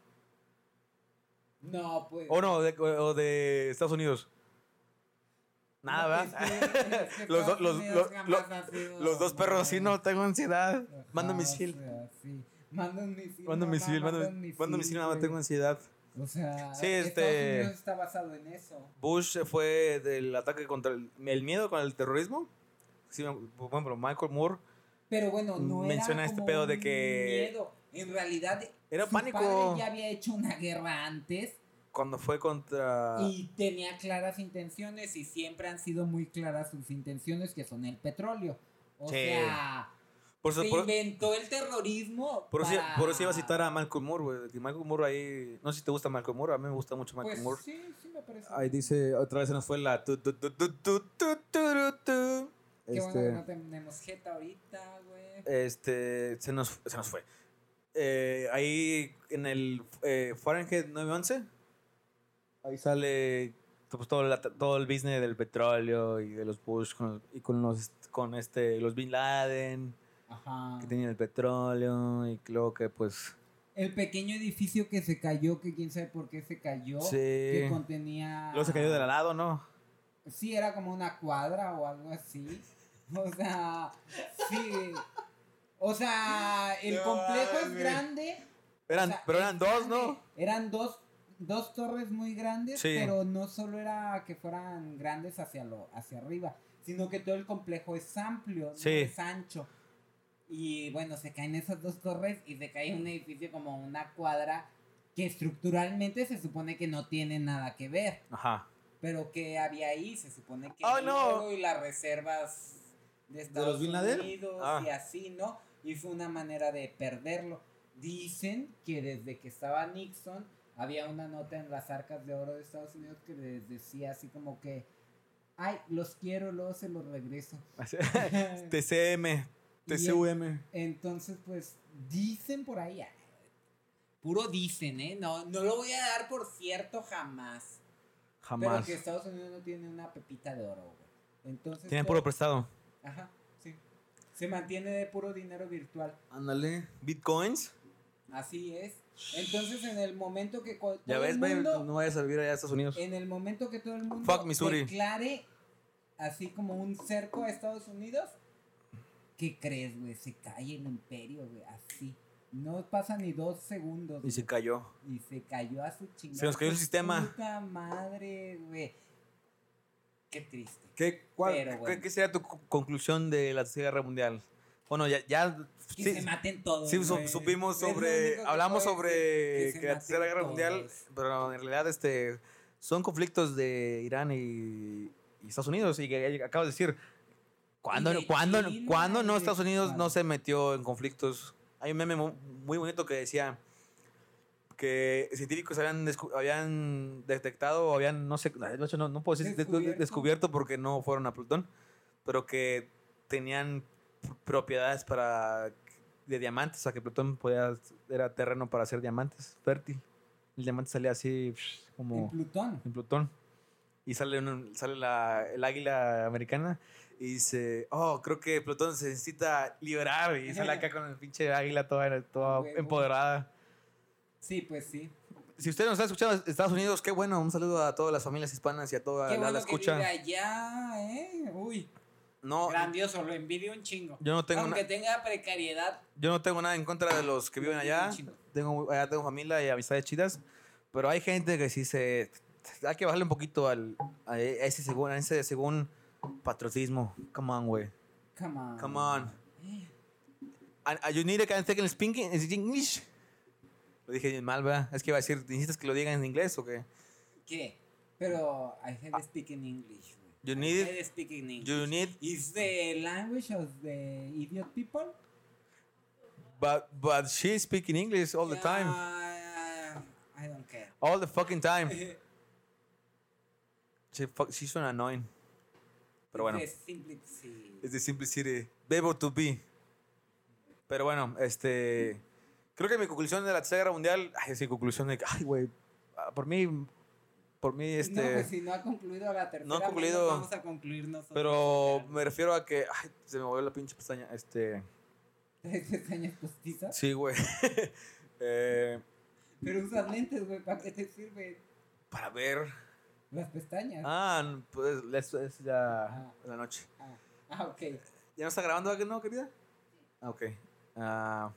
No, pues... O no, de, o de Estados Unidos. Nada, no, ¿verdad? es que- es que Los do- Estados los- Unidos los- jamás los- ha sido Los dos perros así, no, tengo ansiedad. Ajá, Manda un o misil. sea, sí. Manda un misil. Manda un mamá, misil, manda, manda un- manda un misil, mamá, güey. tengo ansiedad. O sea, Sí, Estados este- Unidos está basado en eso. Bush fue del ataque contra el, el miedo con el terrorismo. Sí, por ejemplo, Michael Moore Pero bueno, no menciona era este como pedo de un que- miedo. En realidad, Era su pánico. padre ya había hecho una guerra antes cuando fue contra... y tenía claras intenciones y siempre han sido muy claras sus intenciones, que son el petróleo. O Sí. sea, Por eso, se por, inventó el terrorismo. por eso- para... por eso iba a citar a Malcolm Moore, güey. Que Malcolm Moore ahí... No sé si te gusta Malcolm Moore, a mí me gusta mucho Malcolm Pues Moore. sí, sí me parece. Ahí dice, otra vez se nos fue la... tu, tu, tu, tu, tu, tu, tu, tu. Qué bueno que Este, no tenemos jeta ahorita, güey. este, se nos, se nos fue. Eh, ahí en el eh, Fahrenheit nueve once, ahí sale pues, todo, la- todo el business del petróleo y de los Bush con, y con los, con este, los Bin Laden, Ajá. que tenían el petróleo y luego que pues... El pequeño edificio que se cayó, que quién sabe por qué se cayó. Sí. Que contenía. Luego se cayó de lado, ¿no? Sí, era como una cuadra o algo así. O sea, sí. O sea, el No complejo es mames. grande. Eran, o sea, pero es eran dos, grande. ¿no? Eran dos, dos torres muy grandes, Sí. pero no solo era que fueran grandes hacia, lo, hacia arriba, sino que todo el complejo es amplio, ¿no? Sí. Es ancho. Y bueno, se caen esas dos torres y se cae un edificio como una cuadra que estructuralmente se supone que no tiene nada que ver. Ajá. Pero que había ahí, se supone que ¡Oh, el no! oro y las reservas de Estados Bin Laden? Unidos Ah. y así, ¿no? Y fue una manera de perderlo. Dicen que desde que estaba Nixon había una nota en las arcas de oro de Estados Unidos que les decía así como que, ay, los quiero, luego se los regreso. T C M, T C U M. Entonces, pues, dicen por ahí, ay, puro dicen, ¿eh? No, no lo voy a dar por cierto jamás. Pero Jamás. que Estados Unidos no tiene una pepita de oro, güey. Entonces. Tienen todo- puro prestado. Ajá, sí. Se mantiene de puro dinero virtual. Ándale. Bitcoins. Así es. Entonces, en el momento que co- todo Ya ves, el güey, mundo, no vayas a vivir allá a Estados Unidos. en el momento que todo el mundo Fuck Missouri. declare así como un cerco a Estados Unidos, ¿qué crees, güey? Se cae el imperio, güey, así. No pasa ni dos segundos. Y se güey. cayó. Y se cayó a su chingada. Se nos cayó el sistema. Puta madre, güey. Qué triste. ¿Qué, cuál- Pero bueno. qué- qué sería tu co- conclusión de la Tercera Guerra Mundial? Bueno, ya, ya Que sí, se maten todos. sí su- güey. supimos Es lo sobre, único que hablamos puedo sobre decir, que, se la maten Tercera Guerra todos. Mundial, pero en realidad este son conflictos de Irán y, y Estados Unidos y que acabas de decir, ¿cuándo, Y de ¿cuándo, China, ¿cuándo y no de- Estados Unidos no ¿cuándo? se metió en conflictos? Hay un meme mu- muy bonito que decía que científicos habían, descu- habían detectado o habían, no sé, de hecho no, no puedo decir de- de- Descubierto. descubierto porque no fueron a Plutón, pero que tenían p- propiedades para de diamantes, o sea que Plutón podía, era terreno para hacer diamantes, fértil. El diamante salía así psh, En como Plutón. en Plutón. Y sale, un- sale la, el águila americana y dice, oh, creo que Plutón se necesita liberar. Y sale acá con el pinche águila toda, toda Huevo. empoderada. Sí, pues sí. Si usted nos está escuchando en Estados Unidos, qué bueno. Un saludo a todas las familias hispanas y a toda Qué la, bueno la que escucha. vive allá, ¿eh? Uy, No, grandioso, lo envidio un chingo. yo no, tengo Aunque na- tenga precariedad. yo no tengo nada en contra de los que viven Lo envidio allá. un chingo. Tengo, allá tengo familia y amistades chidas. Pero hay gente que sí se... Hay que bajarle un poquito al, a ese según, a ese según patriotismo. Come on, güey. Come on. Come on. And, uh, you need a can second speaking in English. Lo dije mal, ¿verdad? Es que iba a decir, ¿necesitas que lo digan en inglés o qué? ¿Qué? Pero I Ah. have to speak in English, güey. You I need, tried speaking English. you need, Is the language of the idiot people? but but she's speaking English all the time, Uh, I don't care. all the fucking time. She fuck, she's so annoying. Pero bueno, It's the simplicity. es de simplicity, be able to be. Pero bueno, este, creo que mi conclusión de la Tercera Guerra Mundial, ay, sí, conclusión de, que, ay, güey, ah, por mí, por mí, este. No, pues si no ha concluido la tercera, no ha menos concluido, vamos a concluir nosotros. Pero me refiero a que, ay, se me movió la pinche pestaña, este. ¿Tres pestañas postizas? Sí, güey. eh, Pero usas lentes, güey, ¿para qué te sirven para ver. las pestañas? Ah, pues eso es ya Ajá. la noche. Ah, ah, ok. ¿Ya no está grabando, no, querida? Ah, ok. Ah,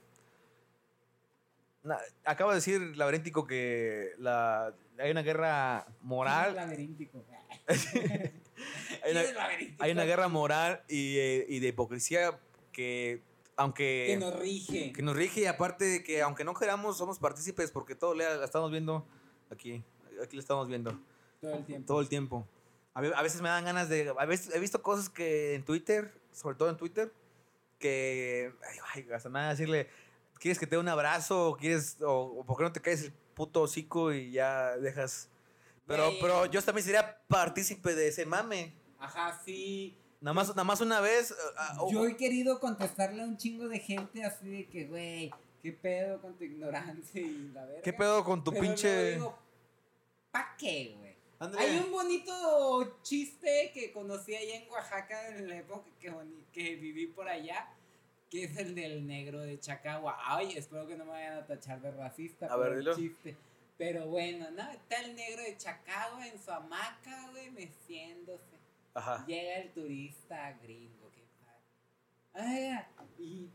na- acabo de decir, Laberíntico, que la, hay una guerra ¿Quién es moral. laberíntico? hay, ¿Quién una, es laberíntico? hay una guerra moral y, eh, y de hipocresía que, aunque. Que nos rige. que nos rige, y aparte de que, aunque no queramos, somos partícipes porque todo le- la estamos viendo aquí. Aquí la estamos viendo. Todo el tiempo. Todo el tiempo. A ve- a veces me dan ganas de. A veces he visto cosas que en Twitter, sobre todo en Twitter, que. Ay, ay, hasta me van a decirle: ¿quieres que te dé un abrazo? ¿O quieres.? O, o ¿por qué no te caes el puto hocico y ya dejas.? Pero, Güey. pero yo también sería partícipe de ese mame. Ajá, sí. Nada más, nada más una vez. ah, oh, Yo he querido contestarle a un chingo de gente así de que, güey, ¿qué pedo con tu ignorancia y la verga? ¿Qué pedo con tu Pero pinche.? luego digo, ¿pa' qué, güey? Ándale. Hay un bonito chiste que conocí allá en Oaxaca en la época que, boni- que viví por allá, que es el del negro de Chacagua. Ay, espero que no me vayan a tachar de racista A por ver, el dilo. chiste. Pero bueno, ¿no? Está el negro de Chacagua en su hamaca, güey, meciéndose. Ajá. Llega el turista gringo, qué padre. Ay, y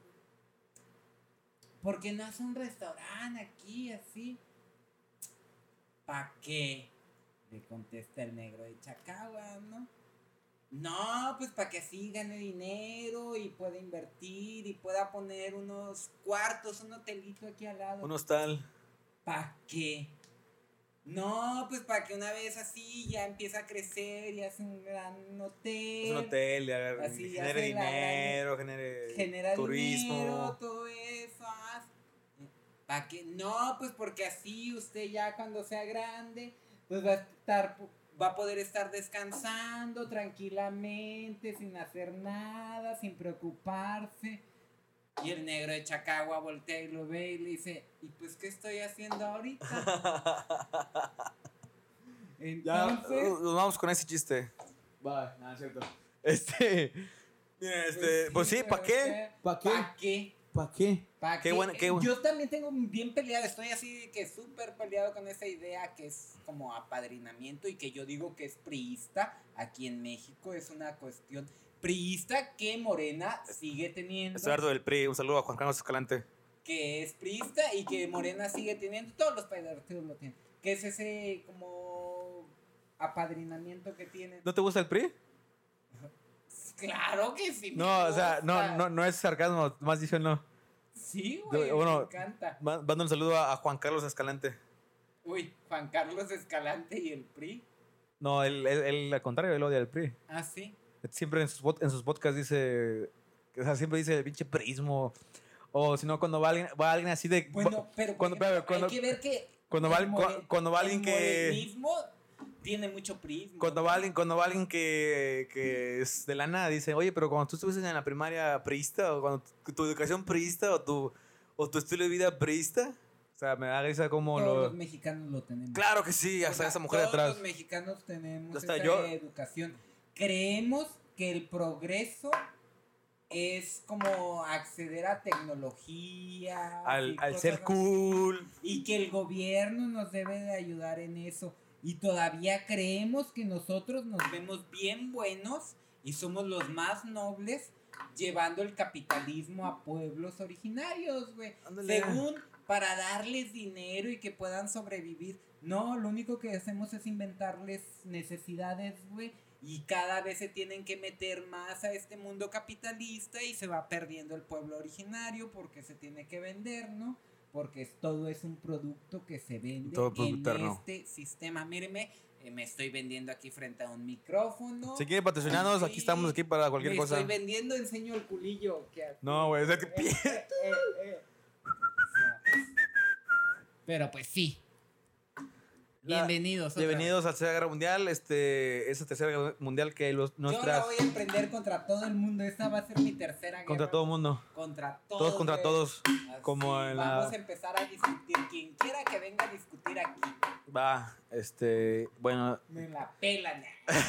¿por qué no hace un restaurante aquí así? ¿Pa' qué? Le contesta el negro de Chacagua, ¿no? No, pues para que así gane dinero y pueda invertir y pueda poner unos cuartos, un hotelito aquí al lado. Un hostal. ¿Para qué? No, pues para que una vez así ya empieza a crecer y hace un gran hotel. Es un hotel, y agarra- Así genere hace la dinero, genere Genera turismo. dinero, todo eso. ¿Para qué? No, pues porque así usted ya cuando sea grande, pues va a estar, va a poder estar descansando tranquilamente, sin hacer nada, sin preocuparse. Y el negro de Chacagua voltea y lo ve y le dice, ¿y pues qué estoy haciendo ahorita? Ya, Entonces, uh, nos vamos con ese chiste. Va, nada, es cierto. Este. Mira, este. Pues sí, ¿para qué? ¿Para qué? ¿Para qué? ¿Para qué? ¿Pa' Qué qué? buena- qué bu- Yo también tengo bien peleado, estoy así que súper peleado con esa idea que es como apadrinamiento y que yo digo que es priista aquí en México, es una cuestión priista que Morena sigue teniendo, Estoy harto del P R I. Un saludo a Juan Carlos Escalante. que es priista y que Morena sigue teniendo, todos los partidos lo tienen, que es ese como apadrinamiento que tienen. ¿No te gusta el P R I? Claro que sí. me No, o sea, no, gusta. no, no es sarcasmo, más dicho no. Sí, güey, Bueno, me encanta. Ma- Mando un saludo a, a Juan Carlos Escalante. Uy, Juan Carlos Escalante y el P R I. No, él, él, él, al contrario, él odia el P R I. Ah, sí. Siempre en sus, pod- en sus podcasts dice. O sea, siempre dice pinche prismo. O si no, cuando va alguien, va alguien así de. Bueno, pero por cuando, ejemplo, espérame, cuando, hay que ver que cuando va el alguien- more- cu- cuando va el alguien que- morenismo tiene mucho prismo. cuando va alguien, cuando va alguien que, que es de la nada, dice, oye, pero cuando tú estuviste en la primaria priista, o cuando tu, tu educación priista, o tu, o tu estilo de vida priista, o sea, me da risa como Todos lo. los mexicanos lo tenemos. Claro que sí, O hasta sea, esa mujer de todos atrás. los mexicanos tenemos Hasta esa yo- educación. Creemos que el progreso es como acceder a tecnología. Al, y al cosas ser así. cool. Y que el gobierno nos debe de ayudar en eso. Y todavía creemos que nosotros nos vemos bien buenos y somos los más nobles llevando el capitalismo a pueblos originarios, güey. Ándale. Según para darles dinero y que puedan sobrevivir. No, lo único que hacemos es inventarles necesidades, güey. Y cada vez se tienen que meter más a este mundo capitalista y se va perdiendo el pueblo originario porque se tiene que vender, ¿no? Porque es- todo es un producto que se vende Todo producto en interno. este sistema. Míreme, Eh, me estoy vendiendo aquí frente a un micrófono. Si quieren patrocinarnos, Sí. aquí estamos aquí para cualquier me cosa. Me estoy vendiendo, enseño el culillo. Que No, güey, es que eh, eh, eh, eh. Pero pues sí. La- Bienvenidos. otra Bienvenidos a la Tercera Guerra Mundial. Este, esa Tercera Guerra Mundial que los, vez. Yo la nuestras. voy a emprender contra todo el mundo. Esta va a ser mi tercera guerra. Contra todo el mundo. Contra todos. Todos contra güey. todos. Así, Como en la- Vamos a empezar a discutir. Quien quiera que venga a discutir aquí. Va, este. Bueno. Me la pelan.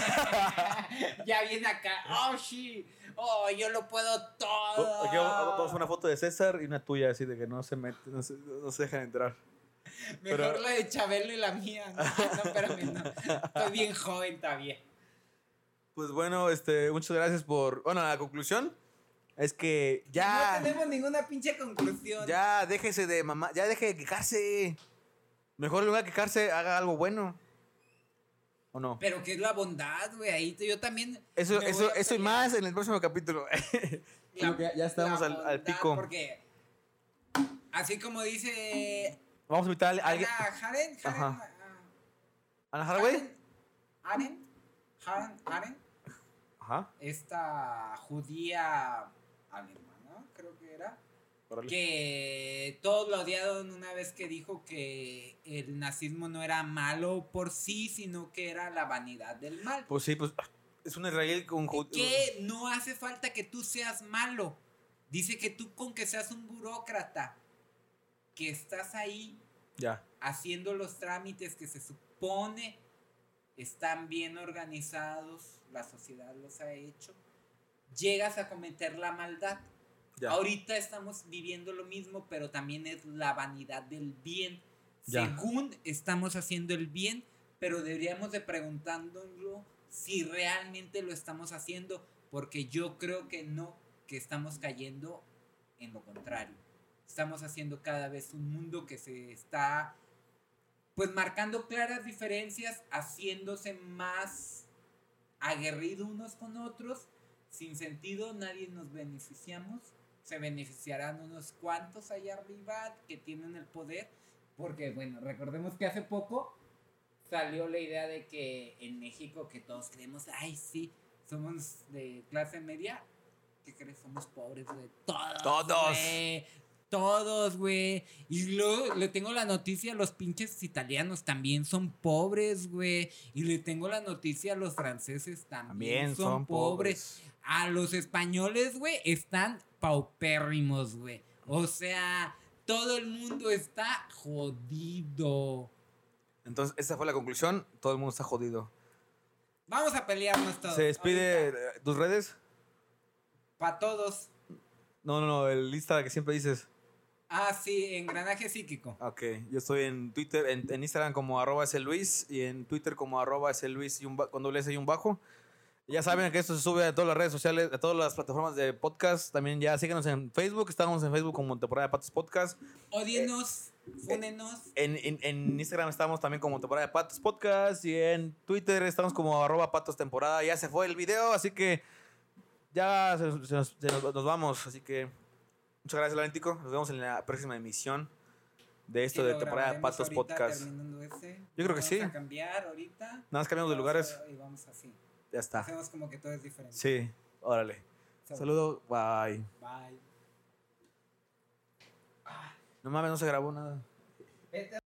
Ya viene acá. Oh, sí. Oh, yo lo puedo todo. Aquí vamos a una foto de César y una tuya, así de que no se mete, no se, no se dejan entrar. Mejor pero- la de Chabelo y la mía. No, no, espérame, no. Estoy bien joven todavía. Pues bueno, este, muchas gracias por. Bueno, la conclusión es que ya. No tenemos ninguna pinche conclusión. Ya, déjese de mamá. Ya deje de quejarse. Mejor en lugar de quejarse, haga algo bueno. ¿O no? Pero que es la bondad, güey. Ahí te- yo también. Eso, me eso, voy a eso y pelear. más en el próximo capítulo. La- Ya- ya estamos la al- al bondad, pico. Porque, así como dice Vamos a invitar a alguien. Ana Haren, Ajá. Haren, ¿Ana ah, Haraway? Haren, Haren, Haren, Ajá. esta judía alemana, creo que era, Órale. que todos lo odiaron una vez que dijo que el nazismo no era malo por sí, sino que era la vanidad del mal. Pues sí, pues es un israelí con jud- Que no hace falta que tú seas malo. Dice que tú con que seas un burócrata, que estás ahí Ya. haciendo los trámites que se supone están bien organizados, la sociedad los ha hecho, llegas a cometer la maldad. Ya. Ahorita estamos viviendo lo mismo, pero también es la vanidad del bien. Ya. Según estamos haciendo el bien, pero deberíamos de preguntándolo si realmente lo estamos haciendo, porque yo creo que no, que estamos cayendo en lo contrario. Estamos haciendo cada vez un mundo que se está, pues, marcando claras diferencias, haciéndose más aguerrido unos con otros, sin sentido, nadie nos beneficiamos, se beneficiarán unos cuantos allá arriba que tienen el poder, porque, bueno, recordemos que hace poco salió la idea de que en México, que todos creemos, ay, sí, somos de clase media, ¿qué crees? Somos pobres, güey. Todos. Todos. güey. Todos, güey. Y luego le tengo la noticia a los pinches italianos, también son pobres, güey. Y le tengo la noticia a los franceses, también, También son, son pobres. pobres. A los españoles, güey, están paupérrimos, güey. O sea, todo el mundo está jodido. Entonces, esa fue la conclusión. Todo el mundo está jodido. Vamos a pelearnos todos. ¿Se despide eh, tus redes? Para todos. No, no, no, el Instagram que siempre dices. Ah, sí, engranaje psíquico. Ok, yo estoy en Twitter, en, en Instagram como arroba Luis y en Twitter como arroba Luis y un ba- con doble S y un bajo. Ya saben que esto se sube a todas las redes sociales, a todas las plataformas de podcast. También ya síganos en Facebook, estamos en Facebook como Temporada de Patos Podcast. Odienos, fúnenos. En, en, en Instagram estamos también como Temporada de Patos Podcast y en Twitter estamos como arroba Patos Temporada. Ya se fue el video, así que ya se, se nos, se nos- nos vamos. Así que muchas gracias, Laurentico. Nos vemos en la próxima emisión de esto Sí, de lo Temporada de grabaremos Patos ahorita Podcast. terminando ese. Yo creo que Vamos sí. a cambiar ahorita. Nada más cambiamos de Vamos lugares. a- Y vamos así. Ya está. Hacemos como que todo es diferente. Sí, órale. So, Saludo, bye. Bye. No mames, no se grabó nada. Vete